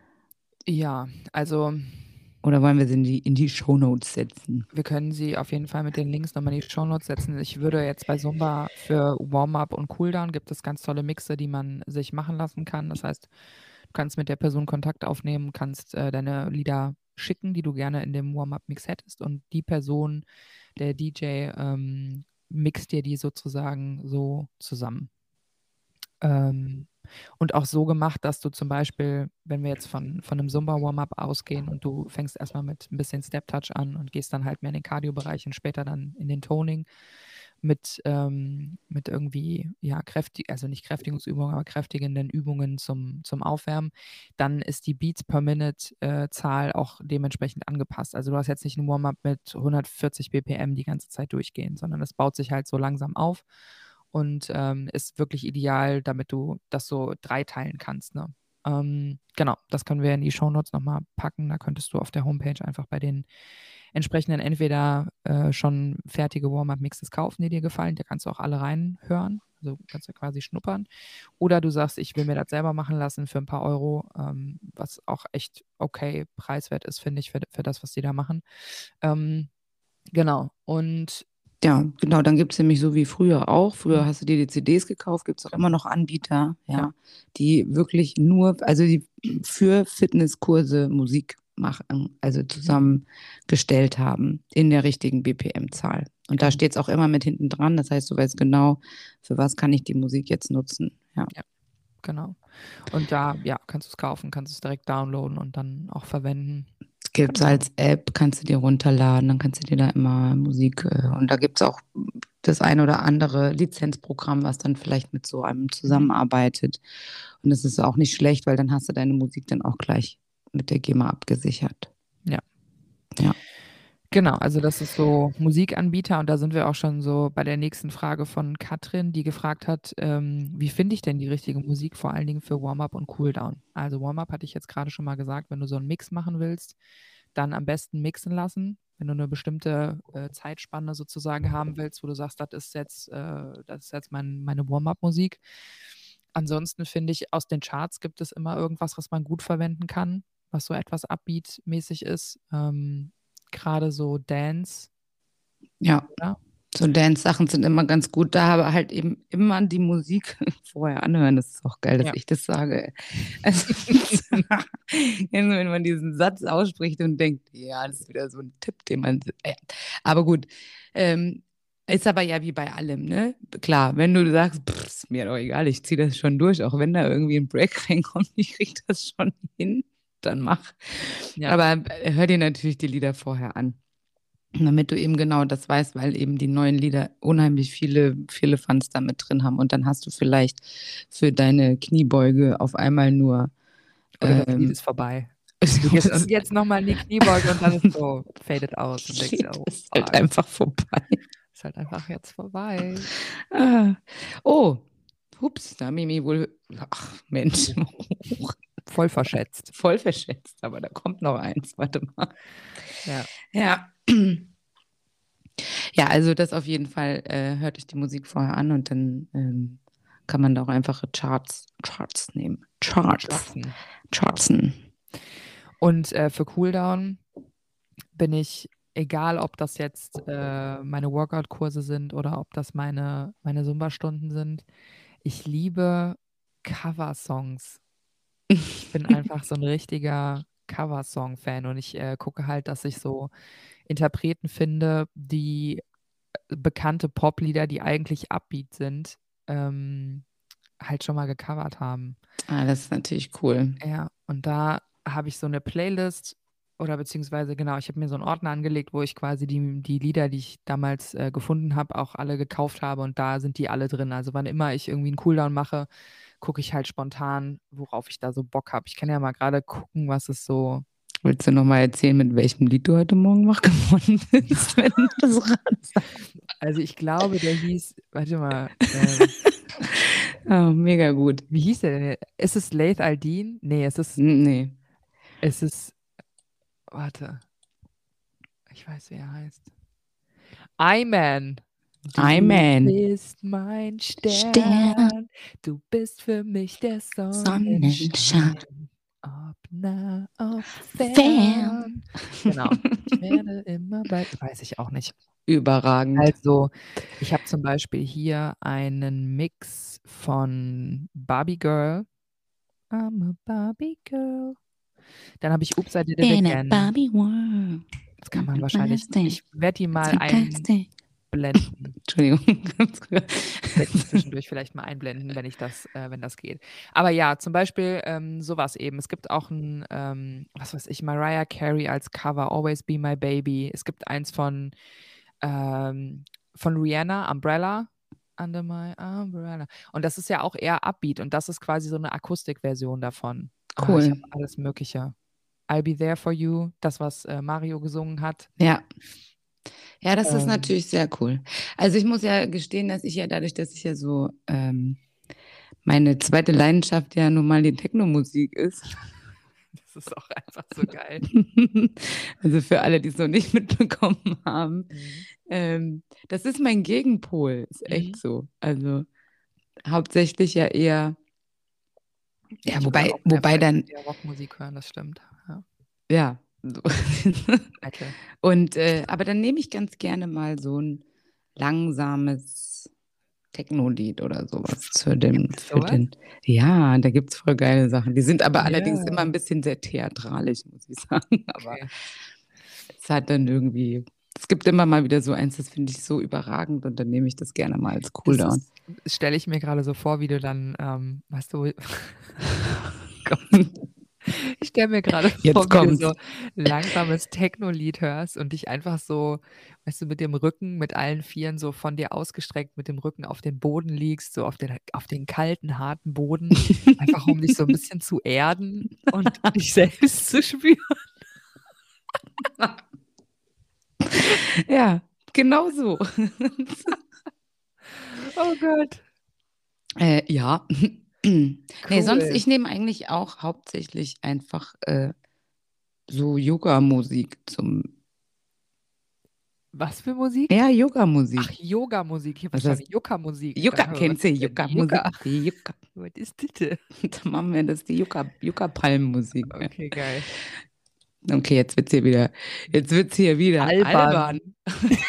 Ja, also oder wollen wir sie in die, in die Shownotes setzen? wir können sie auf jeden Fall mit den Links nochmal in die Shownotes setzen. Ich würde jetzt bei Zumba für Warm-up und Cooldown gibt es ganz tolle Mixe, die man sich machen lassen kann. Das heißt, du kannst mit der Person Kontakt aufnehmen, kannst äh, deine Lieder schicken, die du gerne in dem Warm-up-Mix hättest und die Person, der D J, ähm, mixt dir die sozusagen so zusammen. Ähm, und auch so gemacht, dass du zum Beispiel, wenn wir jetzt von, von einem Zumba-Warm-up ausgehen und du fängst erstmal mit ein bisschen Step-Touch an und gehst dann halt mehr in den Cardio-Bereich und später dann in den Toning mit, ähm, mit irgendwie, ja, kräftig, also nicht Kräftigungsübungen, aber kräftigenden Übungen zum, zum Aufwärmen, dann ist die Beats per Minute äh, Zahl auch dementsprechend angepasst. Also du hast jetzt nicht ein Warm-up mit hundertvierzig B P M die ganze Zeit durchgehen, sondern es baut sich halt so langsam auf und ähm, ist wirklich ideal, damit du das so dreiteilen kannst. Ne? Ähm, genau, das können wir in die Shownotes nochmal packen. Da könntest du auf der Homepage einfach bei den entsprechenden entweder äh, schon fertige Warm-up-Mixes kaufen, die dir gefallen. Da kannst du auch alle reinhören. Also kannst du quasi schnuppern. Oder du sagst, ich will mir das selber machen lassen für ein paar Euro, ähm, was auch echt okay preiswert ist, finde ich, für, für das, was die da machen. Ähm, genau. Und Ja, genau, dann gibt es nämlich so wie früher auch. Früher Mhm. hast du dir die C Ds gekauft, gibt es auch immer noch Anbieter, ja, Ja. die wirklich nur, also die für Fitnesskurse Musik machen, also zusammengestellt haben in der richtigen B P M-Zahl. Und da Genau. steht es auch immer mit hinten dran. Das heißt, du weißt genau, für was kann ich die Musik jetzt nutzen. Ja. Ja, genau. Und da, ja, kannst du es kaufen, kannst es direkt downloaden und dann auch verwenden. Gibt es Genau. als App, kannst du dir runterladen, dann kannst du dir da immer Musik äh, und da gibt es auch das ein oder andere Lizenzprogramm, was dann vielleicht mit so einem zusammenarbeitet. Und das ist auch nicht schlecht, weil dann hast du deine Musik dann auch gleich mit der GEMA abgesichert. Ja. Ja. Genau, also das ist so Musikanbieter und da sind wir auch schon so bei der nächsten Frage von Katrin, die gefragt hat, ähm, wie finde ich denn die richtige Musik, vor allen Dingen für Warm-up und Cooldown? Also Warm-up hatte ich jetzt gerade schon mal gesagt, wenn du so einen Mix machen willst, dann am besten mixen lassen. Wenn du eine bestimmte äh, Zeitspanne sozusagen haben willst, wo du sagst, das ist jetzt, äh, das ist jetzt mein, meine Warm-up-Musik. Ansonsten finde ich, aus den Charts gibt es immer irgendwas, was man gut verwenden kann, was so etwas Upbeat-mäßig ist. Ähm, gerade so Dance, Ja. oder? So Dance-Sachen sind immer ganz gut. Da aber halt eben immer die Musik vorher anhören. Das ist auch geil, dass Ja. ich das sage. Also, wenn man diesen Satz ausspricht und denkt, ja, das ist wieder so ein Tipp, den man. Ja. Aber gut. Ähm, ist aber ja wie bei allem, ne? Klar, wenn du sagst, pff, ist mir doch egal, ich ziehe das schon durch, auch wenn da irgendwie ein Break reinkommt, ich krieg das schon hin, dann mach. Ja. Aber äh, hör dir natürlich die Lieder vorher an. Damit du eben genau das weißt, weil eben die neuen Lieder unheimlich viele, viele Fans da mit drin haben. Und dann hast du vielleicht für deine Kniebeuge auf einmal nur. Oder das Lied Ähm, ist vorbei. Und jetzt, und jetzt nochmal in die Kniebeuge und dann ist so, fadet aus und denkst, oh, ist halt fuck. einfach vorbei. Ist halt einfach jetzt vorbei. Ah. Oh, hups, da Mimi wohl. Ach, Mensch. Voll verschätzt. Voll verschätzt, aber da kommt noch eins. Warte mal. Ja. Ja. Ja, also das auf jeden Fall, äh, hört euch die Musik vorher an und dann ähm, kann man da auch einfache Charts, Charts nehmen. Charts. Chartsen. Chartsen. Und äh, für Cooldown bin ich egal ob das jetzt äh, meine Workout-Kurse sind oder ob das meine, meine Zumba-Stunden sind, ich liebe Cover-Songs. Ich bin einfach so ein richtiger Cover-Song-Fan und ich äh, gucke halt, dass ich so Interpreten finde, die äh, bekannte Poplieder, die eigentlich Upbeat sind, ähm, halt schon mal gecovert haben. Ah, das ist natürlich cool. Ja, und da habe ich so eine Playlist oder beziehungsweise genau, ich habe mir so einen Ordner angelegt, wo ich quasi die, die Lieder, die ich damals äh, gefunden habe, auch alle gekauft habe und da sind die alle drin. Also wann immer ich irgendwie einen Cooldown mache, gucke ich halt spontan, worauf ich da so Bock habe. Ich kann ja mal gerade gucken, was es so. Willst du noch mal erzählen, mit welchem Lied du heute Morgen wach geworden bist, wenn du das ratst? Also ich glaube, der hieß, warte mal, ähm, Oh, mega gut. wie hieß der denn? Ist es Laith Al-Din? Nee, es ist, N- Nee. es ist, warte, ich weiß, wie er heißt. I-Man. Du I-Man. bist mein Stern. Stern, du bist für mich der Sonnenschein. Sonnenschein. Ob nah, ob Fern. fern. Genau. Ich werde immer bei. Weiß ich auch nicht. Überragend. Also, ich habe zum Beispiel hier einen Mix von Barbie Girl. I'm a Barbie Girl. Dann habe ich Oops, I Did It In a Again. Barbie world. Das kann man wahrscheinlich. Ich werde die mal Fantastic. einblenden. Entschuldigung. Ganz kurz. Werde ich zwischendurch vielleicht mal einblenden, wenn ich das, äh, wenn das geht. Aber ja, zum Beispiel ähm, sowas eben. Es gibt auch ein, ähm, was weiß ich, Mariah Carey als Cover, Always Be My Baby. Es gibt eins von, ähm, von Rihanna, Umbrella. Under My Umbrella. Und das ist ja auch eher Upbeat und das ist quasi so eine Akustikversion davon. Ah, Cool. ich habe alles Mögliche. I'll Be There For You, das, was äh, Mario gesungen hat. Ja. Ja, das ist Ähm. natürlich sehr cool. Also ich muss ja gestehen, dass ich ja dadurch, dass ich ja so ähm, meine zweite Leidenschaft ja nun mal die Techno-Musik ist. Das ist auch einfach so geil. Also für alle, die es noch nicht mitbekommen haben. Mhm. Ähm, das ist mein Gegenpol, ist echt Mhm. so. Also hauptsächlich ja eher. Ja, Ich wobei, würde auch in der wobei dann. Freizeit eher Rockmusik hören, das stimmt. Ja. Ja. So. Metal. Und äh, aber dann nehme ich ganz gerne mal so ein langsames Techno-Lied oder sowas für den, Gibt's für sowas? den. Ja, da gibt es voll geile Sachen. Die sind aber allerdings Ja. immer ein bisschen sehr theatralisch, muss ich sagen. Aber Okay. es hat dann irgendwie. Es gibt immer mal wieder so eins, das finde ich so überragend und dann nehme ich das gerne mal als Cooldown. Das stelle ich mir gerade so vor, wie du dann, ähm, weißt du, Gott. Ich stelle mir gerade vor, Jetzt wie du kommt's. so langsames Techno-Lied hörst und dich einfach so, weißt du, mit dem Rücken, mit allen Vieren so von dir ausgestreckt, mit dem Rücken auf den Boden liegst, so auf den, auf den kalten, harten Boden, einfach um dich so ein bisschen zu erden und dich selbst zu spüren. Ja, genau so. Oh Gott. Äh, ja. Cool. Nee, sonst, ich nehme eigentlich auch hauptsächlich einfach äh, so Yoga-Musik zum. Was für Musik? Ja, Yoga-Musik. Ach, Yoga-Musik. Ich habe Was verstanden, heißt- Yucca-Musik. Yucca, Da- kennst du was ist denn Yucca-Musik? Yucca? Die Yucca. Was ist das denn? Da machen wir das, die Yucca, Yucca-Palmenmusik. Okay, geil. Okay, jetzt wird's hier wieder, jetzt wird's hier wieder albern. Albern.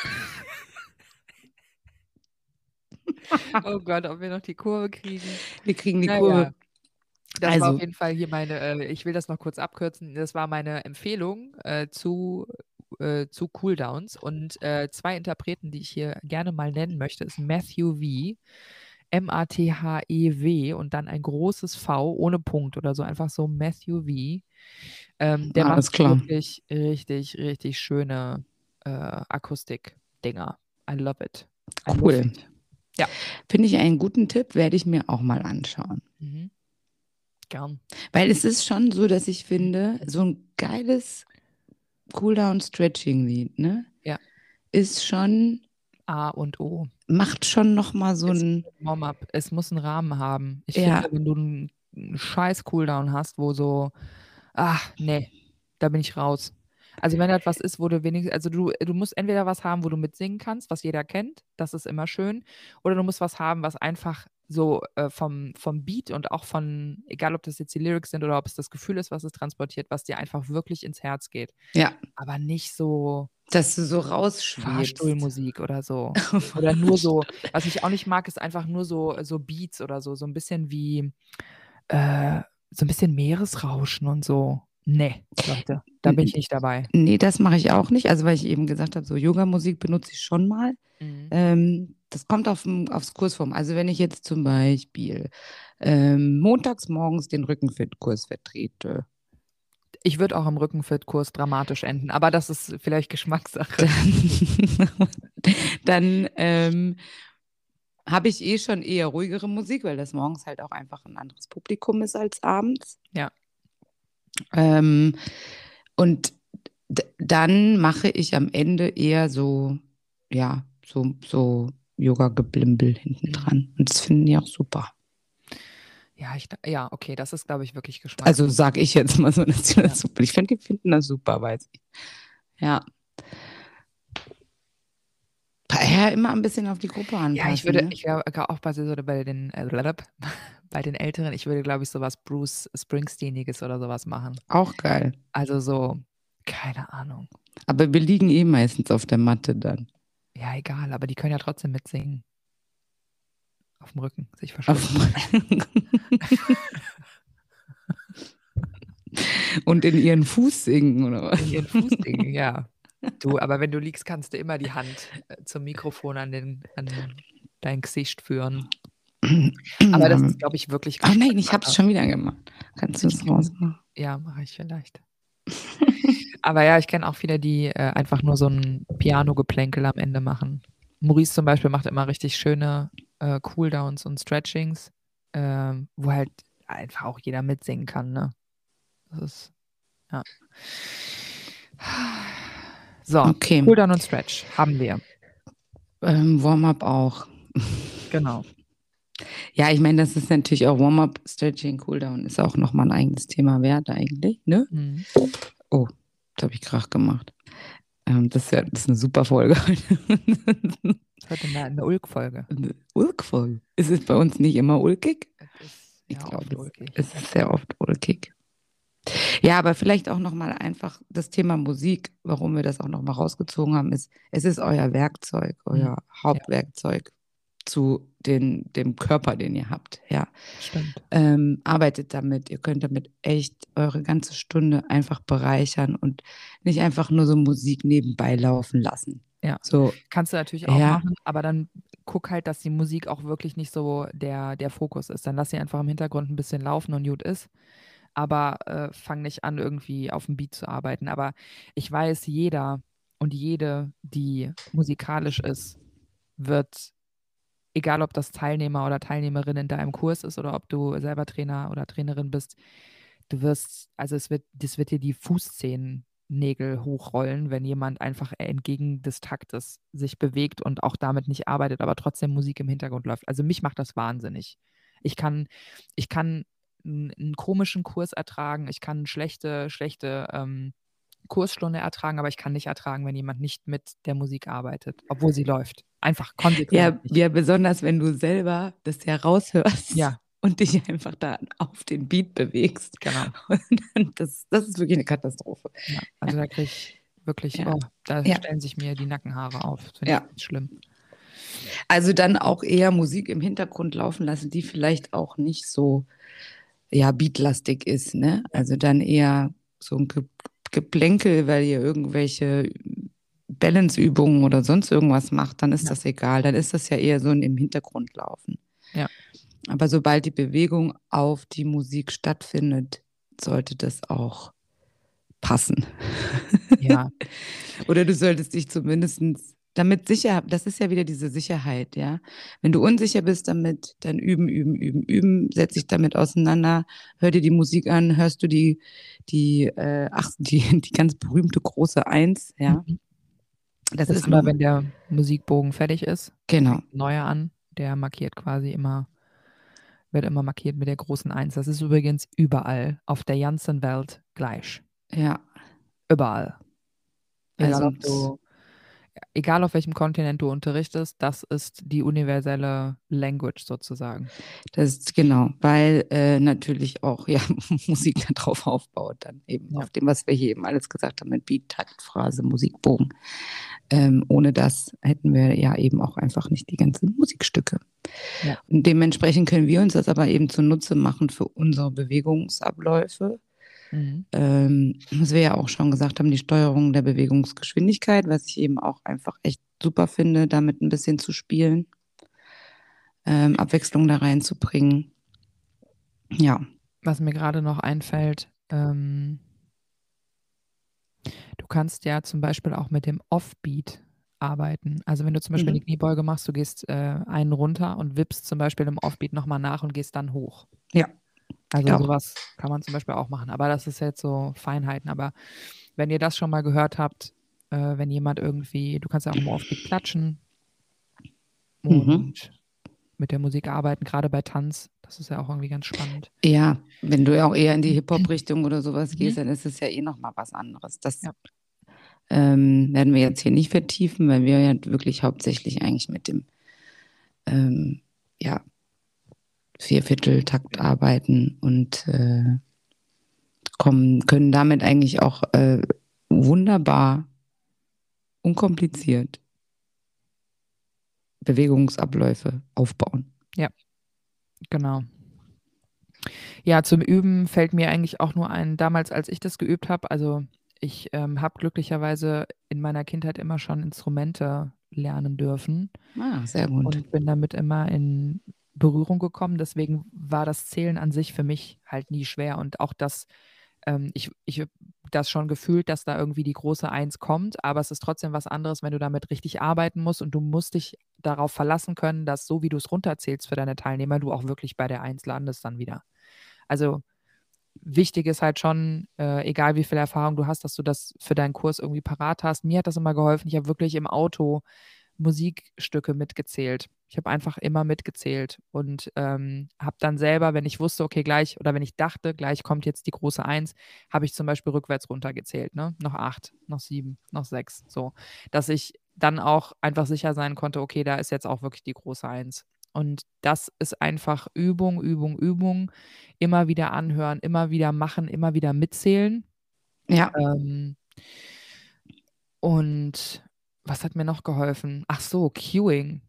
Oh Gott, ob wir noch die Kurve kriegen. Wir kriegen die Naja. Kurve. Das Also- war auf jeden Fall hier meine, äh, ich will das noch kurz abkürzen, das war meine Empfehlung äh, zu, äh, zu Cooldowns und äh, zwei Interpreten, die ich hier gerne mal nennen möchte, ist Matthew V, M A T H E W und dann ein großes V ohne Punkt oder so, einfach so Matthew V. Ähm, der Alles macht klar. wirklich richtig, richtig schöne äh, Akustik-Dinger. I love it. I love Cool. it. Ja. Finde ich einen guten Tipp, werde ich mir auch mal anschauen. Mhm. Gern. Weil es ist schon so, dass ich finde, so ein geiles Cooldown-Stretching-Lied, ne? Ja. Ist schon, A und O. macht schon nochmal so Es ein. Warm-up. Es muss einen Rahmen haben. Ich Ja. finde, wenn du einen, einen scheiß Cooldown hast, wo so, ach, nee, da bin ich raus. Also wenn das was ist, wo du wenigstens, also du, du musst entweder was haben, wo du mitsingen kannst, was jeder kennt, das ist immer schön, oder du musst was haben, was einfach so äh, vom, vom Beat und auch von, egal ob das jetzt die Lyrics sind oder ob es das Gefühl ist, was es transportiert, was dir einfach wirklich ins Herz geht. Ja. Aber nicht so Dass du so rausschwebst. Fahrstuhlmusik oder so. Oder nur so, was ich auch nicht mag, ist einfach nur so, so Beats oder so, so ein bisschen wie, äh, so ein bisschen Meeresrauschen und so. Nee, Leute, da bin ich nicht dabei. Nee, das mache ich auch nicht. Also, weil ich eben gesagt habe, so Yoga-Musik benutze ich schon mal. Mhm. Ähm, das kommt auf, aufs Kursform. Also, wenn ich jetzt zum Beispiel ähm, montags morgens den Rückenfit-Kurs vertrete, Ich würde auch im Rückenfit-Kurs dramatisch enden, aber das ist vielleicht Geschmackssache. dann, dann ähm, habe ich eh schon eher ruhigere Musik, weil das morgens halt auch einfach ein anderes Publikum ist als abends. Ja. Ähm, und d- dann mache ich am Ende eher so, ja, so, so Yoga-Geblimbel hinten Mhm. dran. Und das finden die auch super. Ja, ich, ja, okay, das ist, glaube ich, wirklich Geschmack. Also sage ich jetzt mal so, dass die das Ja. super. Ich finde, die finden das super, weiß ich. Ja. Ja, immer ein bisschen auf die Gruppe anpassen. Ja, ich würde, ne? ich glaube auch bei, so, bei den, äh, bei den Älteren, ich würde, glaube ich, sowas Bruce Springsteeniges oder sowas machen. Auch geil. Also so, keine Ahnung. Aber wir liegen eh meistens auf der Matte dann. Ja, egal, aber die können ja trotzdem mitsingen. Auf dem Rücken, sich Auf verschlucken. Und in ihren Fuß singen, oder was? In ihren Fuß singen, ja. Du, aber wenn du liegst, kannst du immer die Hand äh, zum Mikrofon an, den, an dein Gesicht führen. Aber das ist, glaube ich, wirklich Ach nein, ich Geschmackssache. habe es schon wieder gemacht. Kannst du es rausmachen? Ja, mache ich vielleicht. Aber ja, ich kenne auch viele, die äh, einfach nur so ein Piano-Geplänkel am Ende machen. Maurice zum Beispiel macht immer richtig schöne äh, Cooldowns und Stretchings, äh, wo halt einfach auch jeder mitsingen kann, ne? Das ist, ja. So, Okay. Cooldown und Stretch haben wir. Ähm, Warm-up auch. Genau. Ja, ich meine, das ist natürlich auch Warm-up, Stretching, Cooldown ist auch nochmal ein eigenes Thema wert eigentlich, ne? Mhm. Oh, das habe ich Krach gemacht. Ähm, das, ist ja, das ist eine super Folge. Das ist heute eine, eine Ulk-Folge. Eine Ulk-Folge. Ist es bei uns nicht immer ulkig? Es ist Ich ja glaube, oft es, ulkig. es ist sehr oft ulkig. Ja, aber vielleicht auch nochmal einfach das Thema Musik, warum wir das auch nochmal rausgezogen haben, ist, es ist euer Werkzeug, euer Mhm. Hauptwerkzeug zu den, dem Körper, den ihr habt. Ja. Stimmt. Ähm, arbeitet damit. Ihr könnt damit echt eure ganze Stunde einfach bereichern und nicht einfach nur so Musik nebenbei laufen lassen. Ja, So, kannst du natürlich auch ja, machen, aber dann guck halt, dass die Musik auch wirklich nicht so der, der Fokus ist. Dann lass sie einfach im Hintergrund ein bisschen laufen und gut ist. Aber äh, fang nicht an, irgendwie auf dem Beat zu arbeiten. Aber ich weiß, jeder und jede, die musikalisch ist, wird, egal ob das Teilnehmer oder Teilnehmerin in deinem Kurs ist oder ob du selber Trainer oder Trainerin bist, du wirst, also es wird, das wird dir die Fußzehennägel hochrollen, wenn jemand einfach entgegen des Taktes sich bewegt und auch damit nicht arbeitet, aber trotzdem Musik im Hintergrund läuft. Also mich macht das wahnsinnig. Ich kann, ich kann einen, einen komischen Kurs ertragen, ich kann schlechte, schlechte ähm, Kursstunde ertragen, aber ich kann nicht ertragen, wenn jemand nicht mit der Musik arbeitet, obwohl sie läuft. Einfach konsequent ja, nicht. ja, besonders wenn du selber das ja raushörst Ja, und dich einfach da auf den Beat bewegst. genau. Und dann, das, das ist wirklich eine Katastrophe. Ja, also da kriege ich wirklich, Ja. oh, da Ja. stellen sich mir die Nackenhaare auf. Das finde Ja. ich ganz schlimm. Also dann auch eher Musik im Hintergrund laufen lassen, die vielleicht auch nicht so ja, beatlastig ist, ne? Also dann eher so ein Ge Geplänkel, weil ihr irgendwelche Balanceübungen oder sonst irgendwas macht, dann ist Ja. das egal. Dann ist das ja eher so ein im Hintergrund laufen. Ja. Aber sobald die Bewegung auf die Musik stattfindet, sollte das auch passen. Ja. Oder du solltest dich zumindest damit sicher, das ist ja wieder diese Sicherheit, ja. Wenn du unsicher bist damit, dann üben, üben, üben, üben, setz dich damit auseinander, hör dir die Musik an, hörst du die, die, äh, ach, die, die ganz berühmte große Eins, ja. Mhm. Das, Das ist ist immer, normal. wenn der Musikbogen fertig ist. Genau. Fängt ein neuer an, der markiert quasi immer, wird immer markiert mit der großen Eins. Das ist übrigens überall auf der ganzen Welt gleich. Ja. Überall. Ja, Egal, ob sonst, du egal auf welchem Kontinent du unterrichtest, das ist die universelle Language sozusagen. Das ist genau, weil äh, natürlich auch ja Musik darauf aufbaut, dann eben Ja. auf dem, was wir hier eben alles gesagt haben, mit Beat, Takt, Phrase, Musikbogen. Ähm, ohne das hätten wir ja eben auch einfach nicht die ganzen Musikstücke. Ja. Und dementsprechend können wir uns das aber eben zunutze machen für unsere Bewegungsabläufe. Mhm. Ähm, was wir ja auch schon gesagt haben, die Steuerung der Bewegungsgeschwindigkeit, was ich eben auch einfach echt super finde, damit ein bisschen zu spielen, ähm, Abwechslung da reinzubringen. Ja. Was mir gerade noch einfällt, ähm, du kannst ja zum Beispiel auch mit dem Offbeat arbeiten. Also wenn du zum Beispiel eine Mhm. Kniebeuge machst, du gehst äh, einen runter und wippst zum Beispiel im Offbeat nochmal nach und gehst dann hoch. Ja. Also Auch. sowas kann man zum Beispiel auch machen. Aber das ist jetzt so Feinheiten. Aber wenn ihr das schon mal gehört habt, äh, wenn jemand irgendwie, du kannst ja auch im Offbeat klatschen und Mhm. mit der Musik arbeiten, gerade bei Tanz. Das ist ja auch irgendwie ganz spannend. Ja, wenn du ja auch eher in die Hip-Hop-Richtung oder sowas Mhm. gehst, dann ist es ja eh nochmal was anderes. Das Ja. ähm, werden wir jetzt hier nicht vertiefen, weil wir ja wirklich hauptsächlich eigentlich mit dem ähm, ja, Viervierteltakt arbeiten und äh, kommen, können damit eigentlich auch äh, wunderbar, unkompliziert Bewegungsabläufe aufbauen. Ja, genau. Ja, zum Üben fällt mir eigentlich auch nur ein, damals, als ich das geübt habe, also ich ähm, habe glücklicherweise in meiner Kindheit immer schon Instrumente lernen dürfen Ah, sehr gut. und bin damit immer in Berührung gekommen. Deswegen war das Zählen an sich für mich halt nie schwer und auch das, ähm, ich, ich habe das schon gefühlt, dass da irgendwie die große Eins kommt, aber es ist trotzdem was anderes, wenn du damit richtig arbeiten musst und du musst dich darauf verlassen können, dass so wie du es runterzählst für deine Teilnehmer, du auch wirklich bei der Eins landest dann wieder. Also wichtig ist halt schon, äh, egal wie viel Erfahrung du hast, dass du das für deinen Kurs irgendwie parat hast. Mir hat das immer geholfen. Ich habe wirklich im Auto Musikstücke mitgezählt. Ich habe einfach immer mitgezählt und ähm, habe dann selber, wenn ich wusste, okay, gleich, oder wenn ich dachte, gleich kommt jetzt die große Eins, habe ich zum Beispiel rückwärts runtergezählt, ne? Noch acht, noch sieben, noch sechs, so. Dass ich dann auch einfach sicher sein konnte, okay, da ist jetzt auch wirklich die große Eins. Und das ist einfach Übung, Übung, Übung. Immer wieder anhören, immer wieder machen, immer wieder mitzählen. Ja. Ähm, und was hat mir noch geholfen? Ach so, Cueing.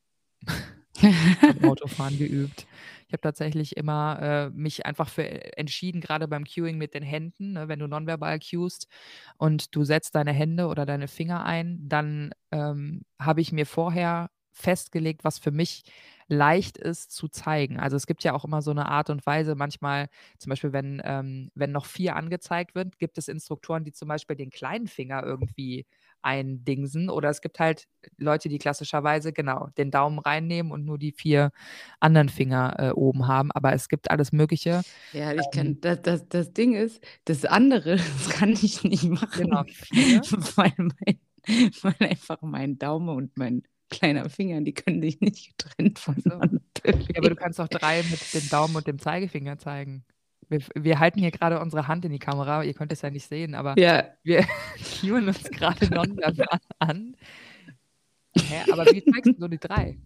Beim Autofahren geübt. Ich habe tatsächlich immer äh, mich einfach für entschieden, gerade beim Cueing mit den Händen, ne, wenn du nonverbal cuest und du setzt deine Hände oder deine Finger ein, dann ähm, habe ich mir vorher festgelegt, was für mich leicht ist zu zeigen. Also es gibt ja auch immer so eine Art und Weise, manchmal zum Beispiel, wenn, ähm, wenn noch vier angezeigt wird, gibt es Instruktoren, die zum Beispiel den kleinen Finger irgendwie eindingsen oder es gibt halt Leute, die klassischerweise genau den Daumen reinnehmen und nur die vier anderen Finger äh, oben haben, aber es gibt alles Mögliche. Ja, ich Ähm, kann, das, das, das Ding ist, das andere, das kann ich nicht genau, machen, vier. weil, mein, weil einfach mein Daumen und mein kleiner Finger, die können sich nicht getrennt Ach so. voneinander Ja, aber du bewegen. kannst auch drei mit dem Daumen und dem Zeigefinger zeigen. Wir, wir halten hier gerade unsere Hand in die Kamera, ihr könnt es ja nicht sehen, aber Ja, wir cueen uns gerade nonverbal an. Hä, aber wie zeigst du so die drei?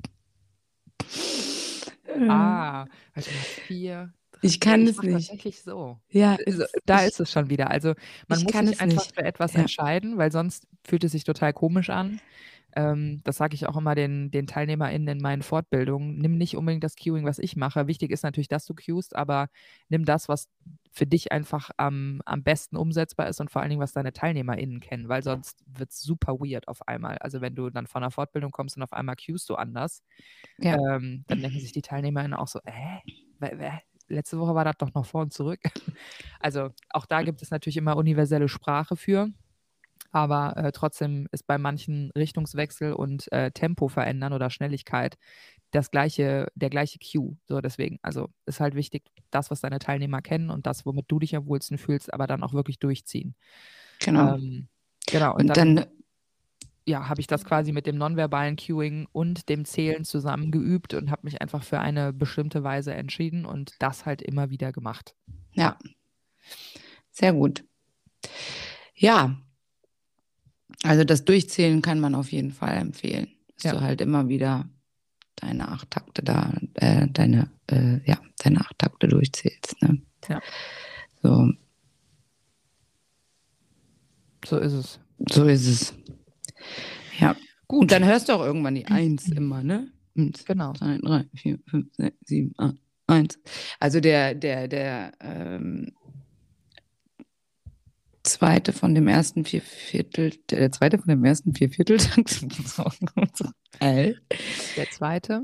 Ah, warte mal, vier, drei. ich Nee, kann ich es mache nicht. tatsächlich so. Ja, So, es, da ich, ist es schon wieder. Also, man ich muss kann sich es einfach nicht. für etwas Ja, entscheiden, weil sonst fühlt es sich total komisch an. Ähm, das sage ich auch immer den den TeilnehmerInnen in meinen Fortbildungen. Nimm nicht unbedingt das Cueing, was ich mache. Wichtig ist natürlich, dass du cuest, aber nimm das, was für dich einfach am am besten umsetzbar ist und vor allen Dingen, was deine TeilnehmerInnen kennen, weil sonst wird's super weird auf einmal. Also, wenn du dann von 'ner Fortbildung kommst und auf einmal cuest du anders, ja, ähm, dann denken sich die TeilnehmerInnen auch so: „Hä? Wa wa letzte Woche war das doch noch vor und zurück.“ Also, auch da gibt es natürlich immer universelle Sprache für, aber, äh, trotzdem ist bei manchen Richtungswechsel und, äh, Tempo verändern oder Schnelligkeit das gleiche der gleiche Cue. So deswegen, also, ist halt wichtig, das, was deine Teilnehmer kennen und das, womit du dich am wohlsten fühlst, aber dann auch wirklich durchziehen. genau. Ähm, genau, und Und dann dann, ja, habe ich das quasi mit dem nonverbalen Cueing und dem Zählen zusammen geübt und habe mich einfach für eine bestimmte Weise entschieden und das halt immer wieder gemacht. Ja. ja, sehr gut. Ja, Also das Durchzählen kann man auf jeden Fall empfehlen. Dass Ja. du halt immer wieder deine acht Takte da, äh, deine, äh, ja, deine acht Takte durchzählst. Ne? Ja. So. So ist es. So ist es. Ja. Gut. Und dann hörst du auch irgendwann die Eins immer, ne? Eins, Genau. zwei, drei, vier, fünf, sechs, sieben, acht, eins. Also der, der, der ähm, zweite von dem ersten vier Viertel, der, der zweite von dem ersten vier Vierteltakt. Der zweite?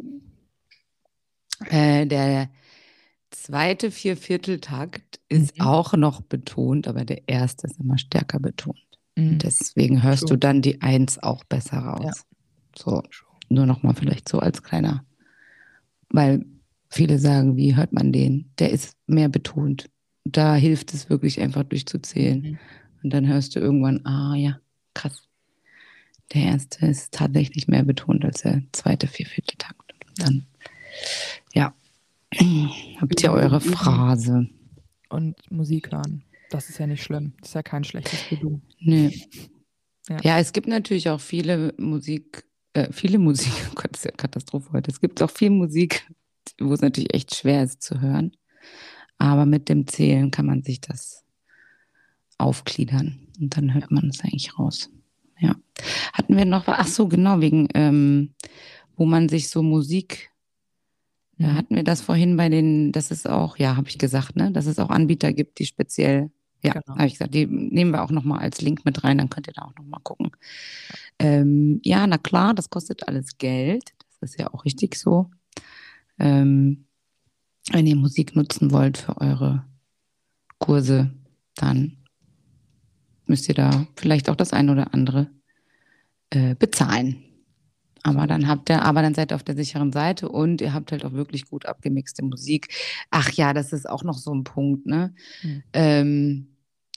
Äh, der zweite Viervierteltakt ist Mhm. auch noch betont, aber der erste ist immer stärker betont. Mhm. Und deswegen hörst True. du dann die Eins auch besser raus. Ja. So, nur nochmal vielleicht so als kleiner, weil viele sagen, wie hört man den? Der ist mehr betont. Da hilft es wirklich einfach durchzuzählen. Mhm. Und dann hörst du irgendwann, ah ja, krass. Der erste ist tatsächlich mehr betont als der zweite Viervierteltakt. Dann, ja, habt ihr eure Phrase. Und Musik hören. Das ist ja nicht schlimm. Das ist ja kein schlechtes To-Do. Nee. Ja. Ja, es gibt natürlich auch viele Musik, äh, viele Musik, oh Gott, das ist ja Katastrophe heute. Es gibt auch viel Musik, wo es natürlich echt schwer ist zu hören. Aber mit dem Zählen kann man sich das aufgliedern. Und dann hört man es eigentlich raus. Ja. Hatten wir noch, ach so, genau, wegen, ähm, wo man sich so Musik, mhm. da hatten wir das vorhin bei den, das ist auch, ja, habe ich gesagt, ne, dass es auch Anbieter gibt, die speziell, ja, genau. habe ich gesagt, die nehmen wir auch nochmal als Link mit rein, dann könnt ihr da auch nochmal gucken. Ja. Ähm, ja, na klar, das kostet alles Geld, das ist ja auch richtig so. Ähm, wenn ihr Musik nutzen wollt für eure Kurse, dann müsst ihr da vielleicht auch das ein oder andere äh, bezahlen. Aber dann habt ihr, aber dann seid ihr auf der sicheren Seite und ihr habt halt auch wirklich gut abgemixte Musik. Ach ja, das ist auch noch so ein Punkt, ne? Mhm. Ähm,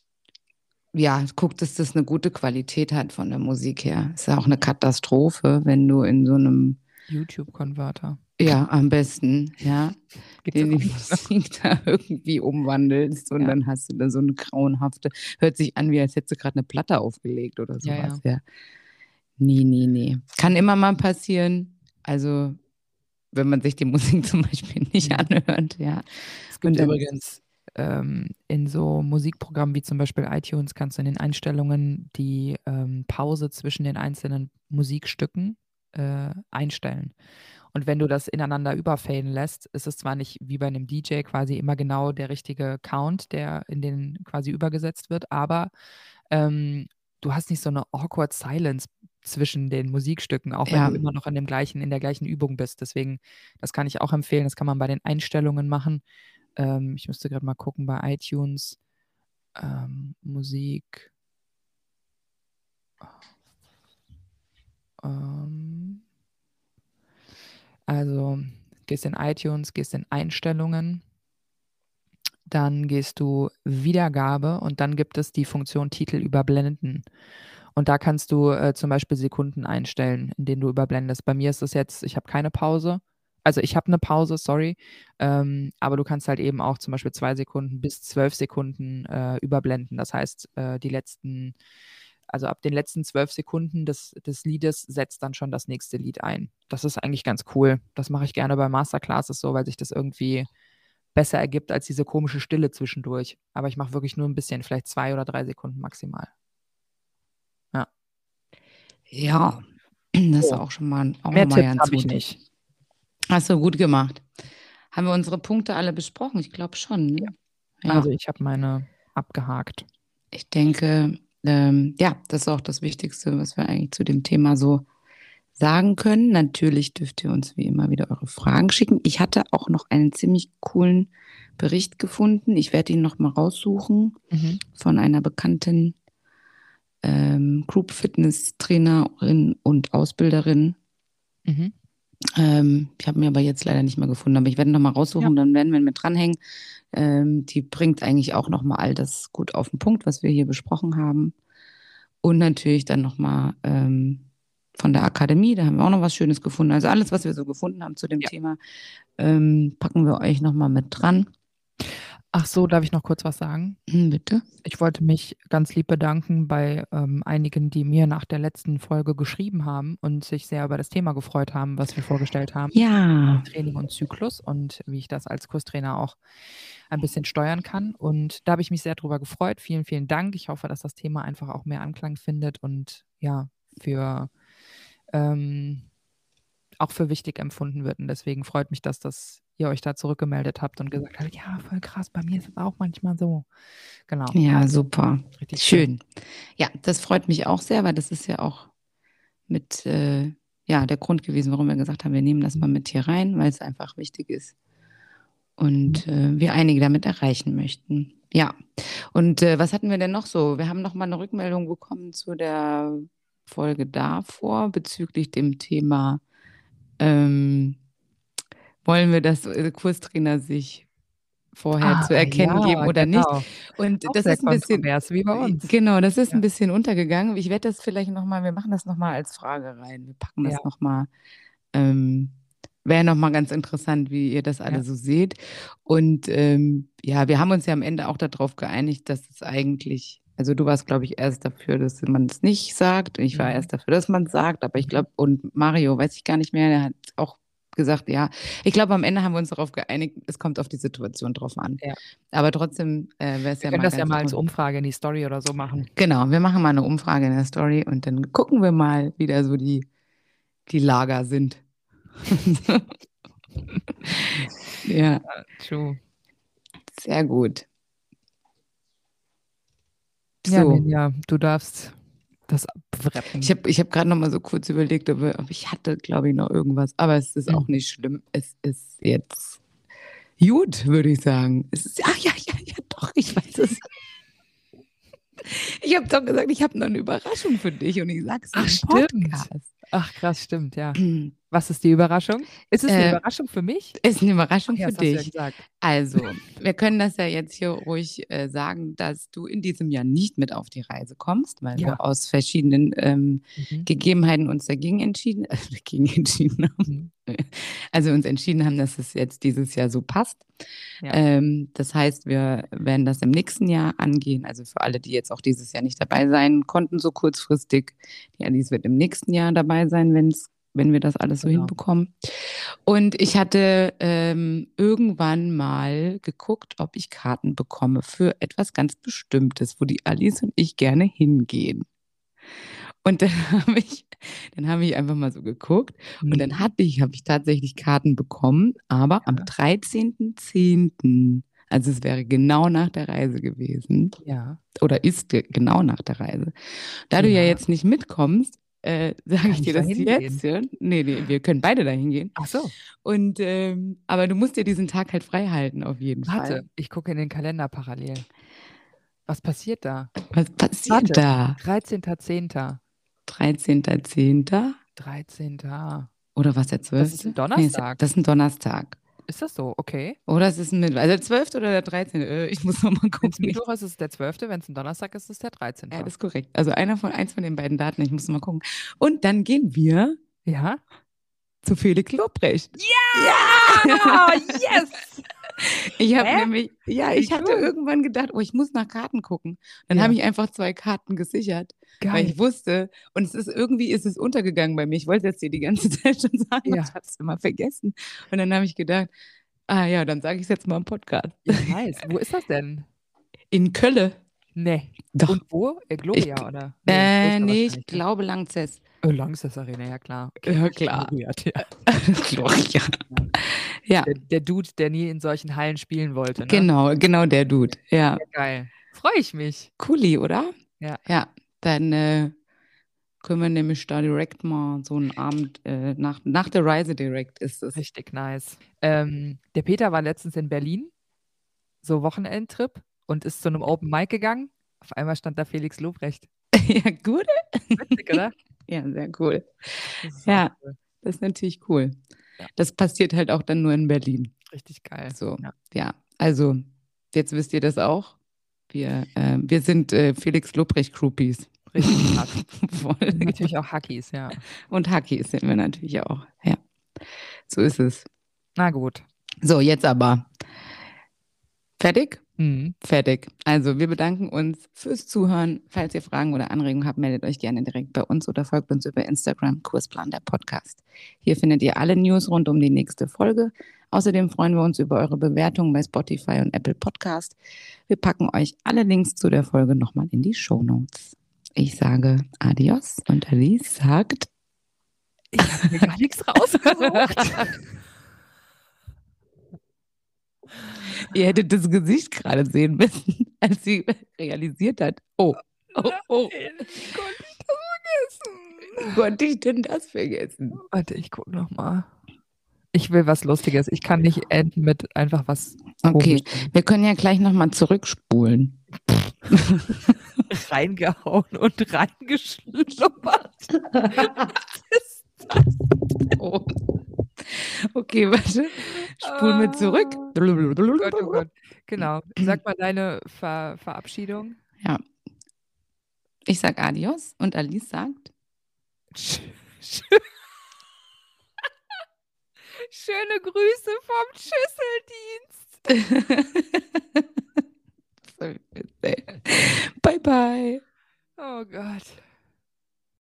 ja, guckt, dass das eine gute Qualität hat von der Musik her. Ist ja auch eine Katastrophe, wenn du in so einem YouTube-Konverter. Ja, am besten, ja. Den die Musik da irgendwie umwandelst und ja. dann hast du da so eine grauenhafte, hört sich an, wie als hättest du gerade eine Platte aufgelegt oder sowas. Ja, ja. ja. Nee, nee, nee. Kann immer mal passieren. Also, wenn man sich die Musik zum Beispiel nicht mhm. anhört, ja. Es gibt übrigens ähm, in so Musikprogrammen wie zum Beispiel iTunes kannst du in den Einstellungen die ähm, Pause zwischen den einzelnen Musikstücken äh, einstellen. Und wenn du das ineinander überfaden lässt, ist es zwar nicht wie bei einem D J quasi immer genau der richtige Count, der in den quasi übergesetzt wird, aber ähm, du hast nicht so eine awkward Silence zwischen den Musikstücken, auch wenn ja. du immer noch in dem gleichen, in der gleichen Übung bist. Deswegen, das kann ich auch empfehlen. Das kann man bei den Einstellungen machen. Ähm, ich müsste gerade mal gucken bei iTunes. Ähm, Musik. Ähm, also gehst in iTunes, gehst in Einstellungen, dann gehst du Wiedergabe und dann gibt es die Funktion Titel überblenden. Und da kannst du äh, zum Beispiel Sekunden einstellen, in denen du überblendest. Bei mir ist es jetzt, ich habe keine Pause. Also ich habe eine Pause, sorry. Ähm, aber du kannst halt eben auch zum Beispiel zwei Sekunden bis zwölf Sekunden äh, überblenden. Das heißt, äh, die letzten, also ab den letzten zwölf Sekunden des, des Liedes setzt dann schon das nächste Lied ein. Das ist eigentlich ganz cool. Das mache ich gerne bei Masterclasses so, weil sich das irgendwie besser ergibt als diese komische Stille zwischendurch. Aber ich mache wirklich nur ein bisschen, vielleicht zwei oder drei Sekunden maximal. Ja. Ja, das ist auch schon mal auch Mehr noch mal Tipps habe ich nicht. Hast du gut gemacht. Haben wir unsere Punkte alle besprochen? Ich glaube schon. Ne? Ja. Ja. Also ich habe meine abgehakt. Ich denke, ähm, ja, das ist auch das Wichtigste, was wir eigentlich zu dem Thema so sagen können. Natürlich dürft ihr uns wie immer wieder eure Fragen schicken. Ich hatte auch noch einen ziemlich coolen Bericht gefunden. Ich werde ihn noch mal raussuchen mhm. von einer bekannten ähm, Group Fitness Trainerin und Ausbilderin. Mhm. Ähm, ich habe mir aber jetzt leider nicht mehr gefunden, aber ich werde noch mal raussuchen, ja. Dann werden wir mit dranhängen. Ähm, die bringt eigentlich auch noch mal all das gut auf den Punkt, was wir hier besprochen haben. Und natürlich dann noch mal ähm, von der Akademie, da haben wir auch noch was Schönes gefunden. Also alles, was wir so gefunden haben zu dem ja. Thema, ähm, packen wir euch noch mal mit dran. Ach so, darf ich noch kurz was sagen? Hm, bitte? Ich wollte mich ganz lieb bedanken bei ähm, einigen, die mir nach der letzten Folge geschrieben haben und sich sehr über das Thema gefreut haben, was wir vorgestellt haben. Ja. Training und Zyklus und wie ich das als Kurstrainer auch ein bisschen steuern kann. Und da habe ich mich sehr drüber gefreut. Vielen, vielen Dank. Ich hoffe, dass das Thema einfach auch mehr Anklang findet und ja, für ähm, auch für wichtig empfunden wird. Und deswegen freut mich, dass das ihr euch da zurückgemeldet habt und gesagt habt, ja, voll krass, bei mir ist es auch manchmal so. Genau. Ja, super. Richtig Schön. Ja, das freut mich auch sehr, weil das ist ja auch mit äh, ja, der Grund gewesen, warum wir gesagt haben, wir nehmen das mal mit hier rein, weil es einfach wichtig ist und äh, wir einige damit erreichen möchten. Ja, und äh, was hatten wir denn noch so? Wir haben noch mal eine Rückmeldung bekommen zu der Folge davor bezüglich dem Thema, ähm, wollen wir, dass äh, Kurstrainer sich vorher Ah, zu erkennen geben ja, oder nicht. genau. Und Auch das sehr ist ein bisschen, kontrovers, wie bei uns. genau, das ist Ja. ein bisschen untergegangen. Ich werde das vielleicht noch mal, wir machen das noch mal als Frage rein. Wir packen das Ja. noch mal, ähm, wäre noch mal ganz interessant, wie ihr das alle Ja. so seht. Und ähm, ja, wir haben uns ja am Ende auch darauf geeinigt, dass es eigentlich, also du warst, glaube ich, erst dafür, dass man es nicht sagt. Und ich war Mhm. erst dafür, dass man es sagt. Aber ich Mhm. glaube, und Mario, weiß ich gar nicht mehr, der hat auch gesagt, ja, ich glaube, am Ende haben wir uns darauf geeinigt, es kommt auf die Situation drauf an. Ja. Aber trotzdem äh, wäre es Wir ja können mal das ja ganz mal als cool. Umfrage in die Story oder so machen. Genau, wir machen mal eine Umfrage in der Story und dann gucken wir mal, wie da so die, die Lager sind. Ja, Ja, true. sehr gut. Ja, So, Ninja, du darfst das abwrappen. ich habe ich hab gerade noch mal so kurz überlegt, ob, wir- ob ich hatte, glaube ich, noch irgendwas. Aber es ist auch Mhm. nicht schlimm. Es ist jetzt gut, würde ich sagen. Es ist, ach ja, ja, ja, doch, ich weiß es. Ich habe doch gesagt, ich habe noch eine Überraschung für dich und ich sage es Ach, im stimmt. Podcast. Ach, krass, stimmt, ja. Was ist die Überraschung? Ist es eine Äh, Überraschung für mich? Ist eine Überraschung Ach ja, für das hast du ja dich. gesagt. Also, wir können das ja jetzt hier ruhig äh, sagen, dass du in diesem Jahr nicht mit auf die Reise kommst, weil Ja. wir aus verschiedenen ähm, Mhm. Gegebenheiten uns dagegen entschieden, äh, dagegen entschieden haben. Mhm. Also uns entschieden haben, dass es jetzt dieses Jahr so passt. Ja. Ähm, das heißt, wir werden das im nächsten Jahr angehen. Also für alle, die jetzt auch dieses Jahr nicht dabei sein konnten, so kurzfristig. Die Alice wird im nächsten Jahr dabei sein, wenn's, wenn wir das alles so Genau. hinbekommen. Und ich hatte ähm, irgendwann mal geguckt, ob ich Karten bekomme für etwas ganz Bestimmtes, wo die Alice und ich gerne hingehen. Und dann habe ich, dann habe ich einfach mal so geguckt und dann Mhm. hatte ich, habe ich tatsächlich Karten bekommen, aber am dreizehnten zehnten, also es wäre genau nach der Reise gewesen Ja. oder ist ge- genau nach der Reise. Da du ja Ja. jetzt nicht mitkommst, äh, sage Kann ich ich dir da das hingehen? jetzt. Ja? Nee, nee, wir können beide dahin gehen. Ach so. Und ähm, aber du musst dir diesen Tag halt frei halten, auf jeden Fall. Warte, ich gucke in den Kalender parallel. Was passiert da? Was passiert Warte, da? dreizehnter zehnter dreizehnter zehnter dreizehnter oder was der zwölfte? Das ist ein Nee, ist- Donnerstag. das ist ein Donnerstag. Ist das so? Okay. Oder es ist ein Mittwoch. Also der zwölfte oder der dreizehnte? Äh, Ich muss noch mal Wenn es gucken. Ich, Mittwoch ist, ist es der zwölfte. Wenn es ein Donnerstag ist, ist es der dreizehnte. ja, das ist korrekt. Also einer von eins von den beiden Daten. Ich muss noch mal gucken. Und dann gehen wir Ja? zu Felix Lobrecht. Ja! Yes! Ich habe Hä? nämlich, ja, Wie ich hatte cool. irgendwann gedacht, oh, ich muss nach Karten gucken. Dann Ja. habe ich einfach zwei Karten gesichert, weil Geil. ich wusste, und es ist irgendwie ist es untergegangen bei mir. Ich wollte es dir die ganze Zeit schon sagen, Ja. ich habe es immer vergessen. Und dann habe ich gedacht, ah ja, dann sage ich es jetzt mal im Podcast. Ja, nice. Wo ist das denn? In Köln. Nee. Doch. Und wo? Äh, Gloria, Ich- oder? Äh, größer nee, wahrscheinlich, ich ne? glaube Langzess. Oh, Langsess Arena, ja klar. Ja, klar. Gloria, ja. Gloria. Ja, Der, der Dude, der nie in solchen Hallen spielen wollte, ne? genau, genau der Dude. Ja. Ja, geil. Freue ich mich. Cooli, oder? Ja. Ja, dann äh, können wir nämlich da direkt mal so einen Abend, äh, nach, nach der Reise direkt ist es. Richtig nice. Ähm, der Peter war letztens in Berlin, so Wochenendtrip, und ist zu einem Open Mic gegangen. Auf einmal stand da Felix Lobrecht. Ja, gut. Witzig, oder? Ja, sehr cool. Das ist Ja. auch cool. Das ist natürlich cool. Ja. Das passiert halt auch dann nur in Berlin. Richtig geil. So, Ja. ja. Also, jetzt wisst ihr das auch. Wir, äh, wir sind äh, Felix Lobrecht-Groupies. Richtig krass. Voll. Und natürlich auch Hackies, ja. Und Hackies sind wir natürlich auch. Ja, so ist es. Na gut. So, jetzt aber. Fertig? Mhm. Fertig. Also wir bedanken uns fürs Zuhören. Falls ihr Fragen oder Anregungen habt, meldet euch gerne direkt bei uns oder folgt uns über Instagram, Kursplan der Podcast. Hier findet ihr alle News rund um die nächste Folge. Außerdem freuen wir uns über eure Bewertungen bei Spotify und Apple Podcast. Wir packen euch alle Links zu der Folge nochmal in die Shownotes. Ich sage Adios und Alice sagt... Ich habe mir gar nichts rausgesucht. Ihr hättet das Gesicht gerade sehen müssen, als sie realisiert hat. Oh, oh, oh. Nein, wie konnte ich das vergessen? Wie konnte ich denn das vergessen? Warte, ich gucke nochmal. Ich will was Lustiges. Ich kann nicht enden mit einfach was Okay, Komischem. wir können ja gleich nochmal zurückspulen. Reingehauen und reingeschlummert. Was ist das? Oh. Okay, warte. Spulen wir zurück. Oh Gott, oh Gott. Genau. Sag mal deine Ver Verabschiedung. Ja. Ich sag Adios und Alice sagt... Schöne Grüße vom Schüsseldienst. Bye, bye. Oh Gott.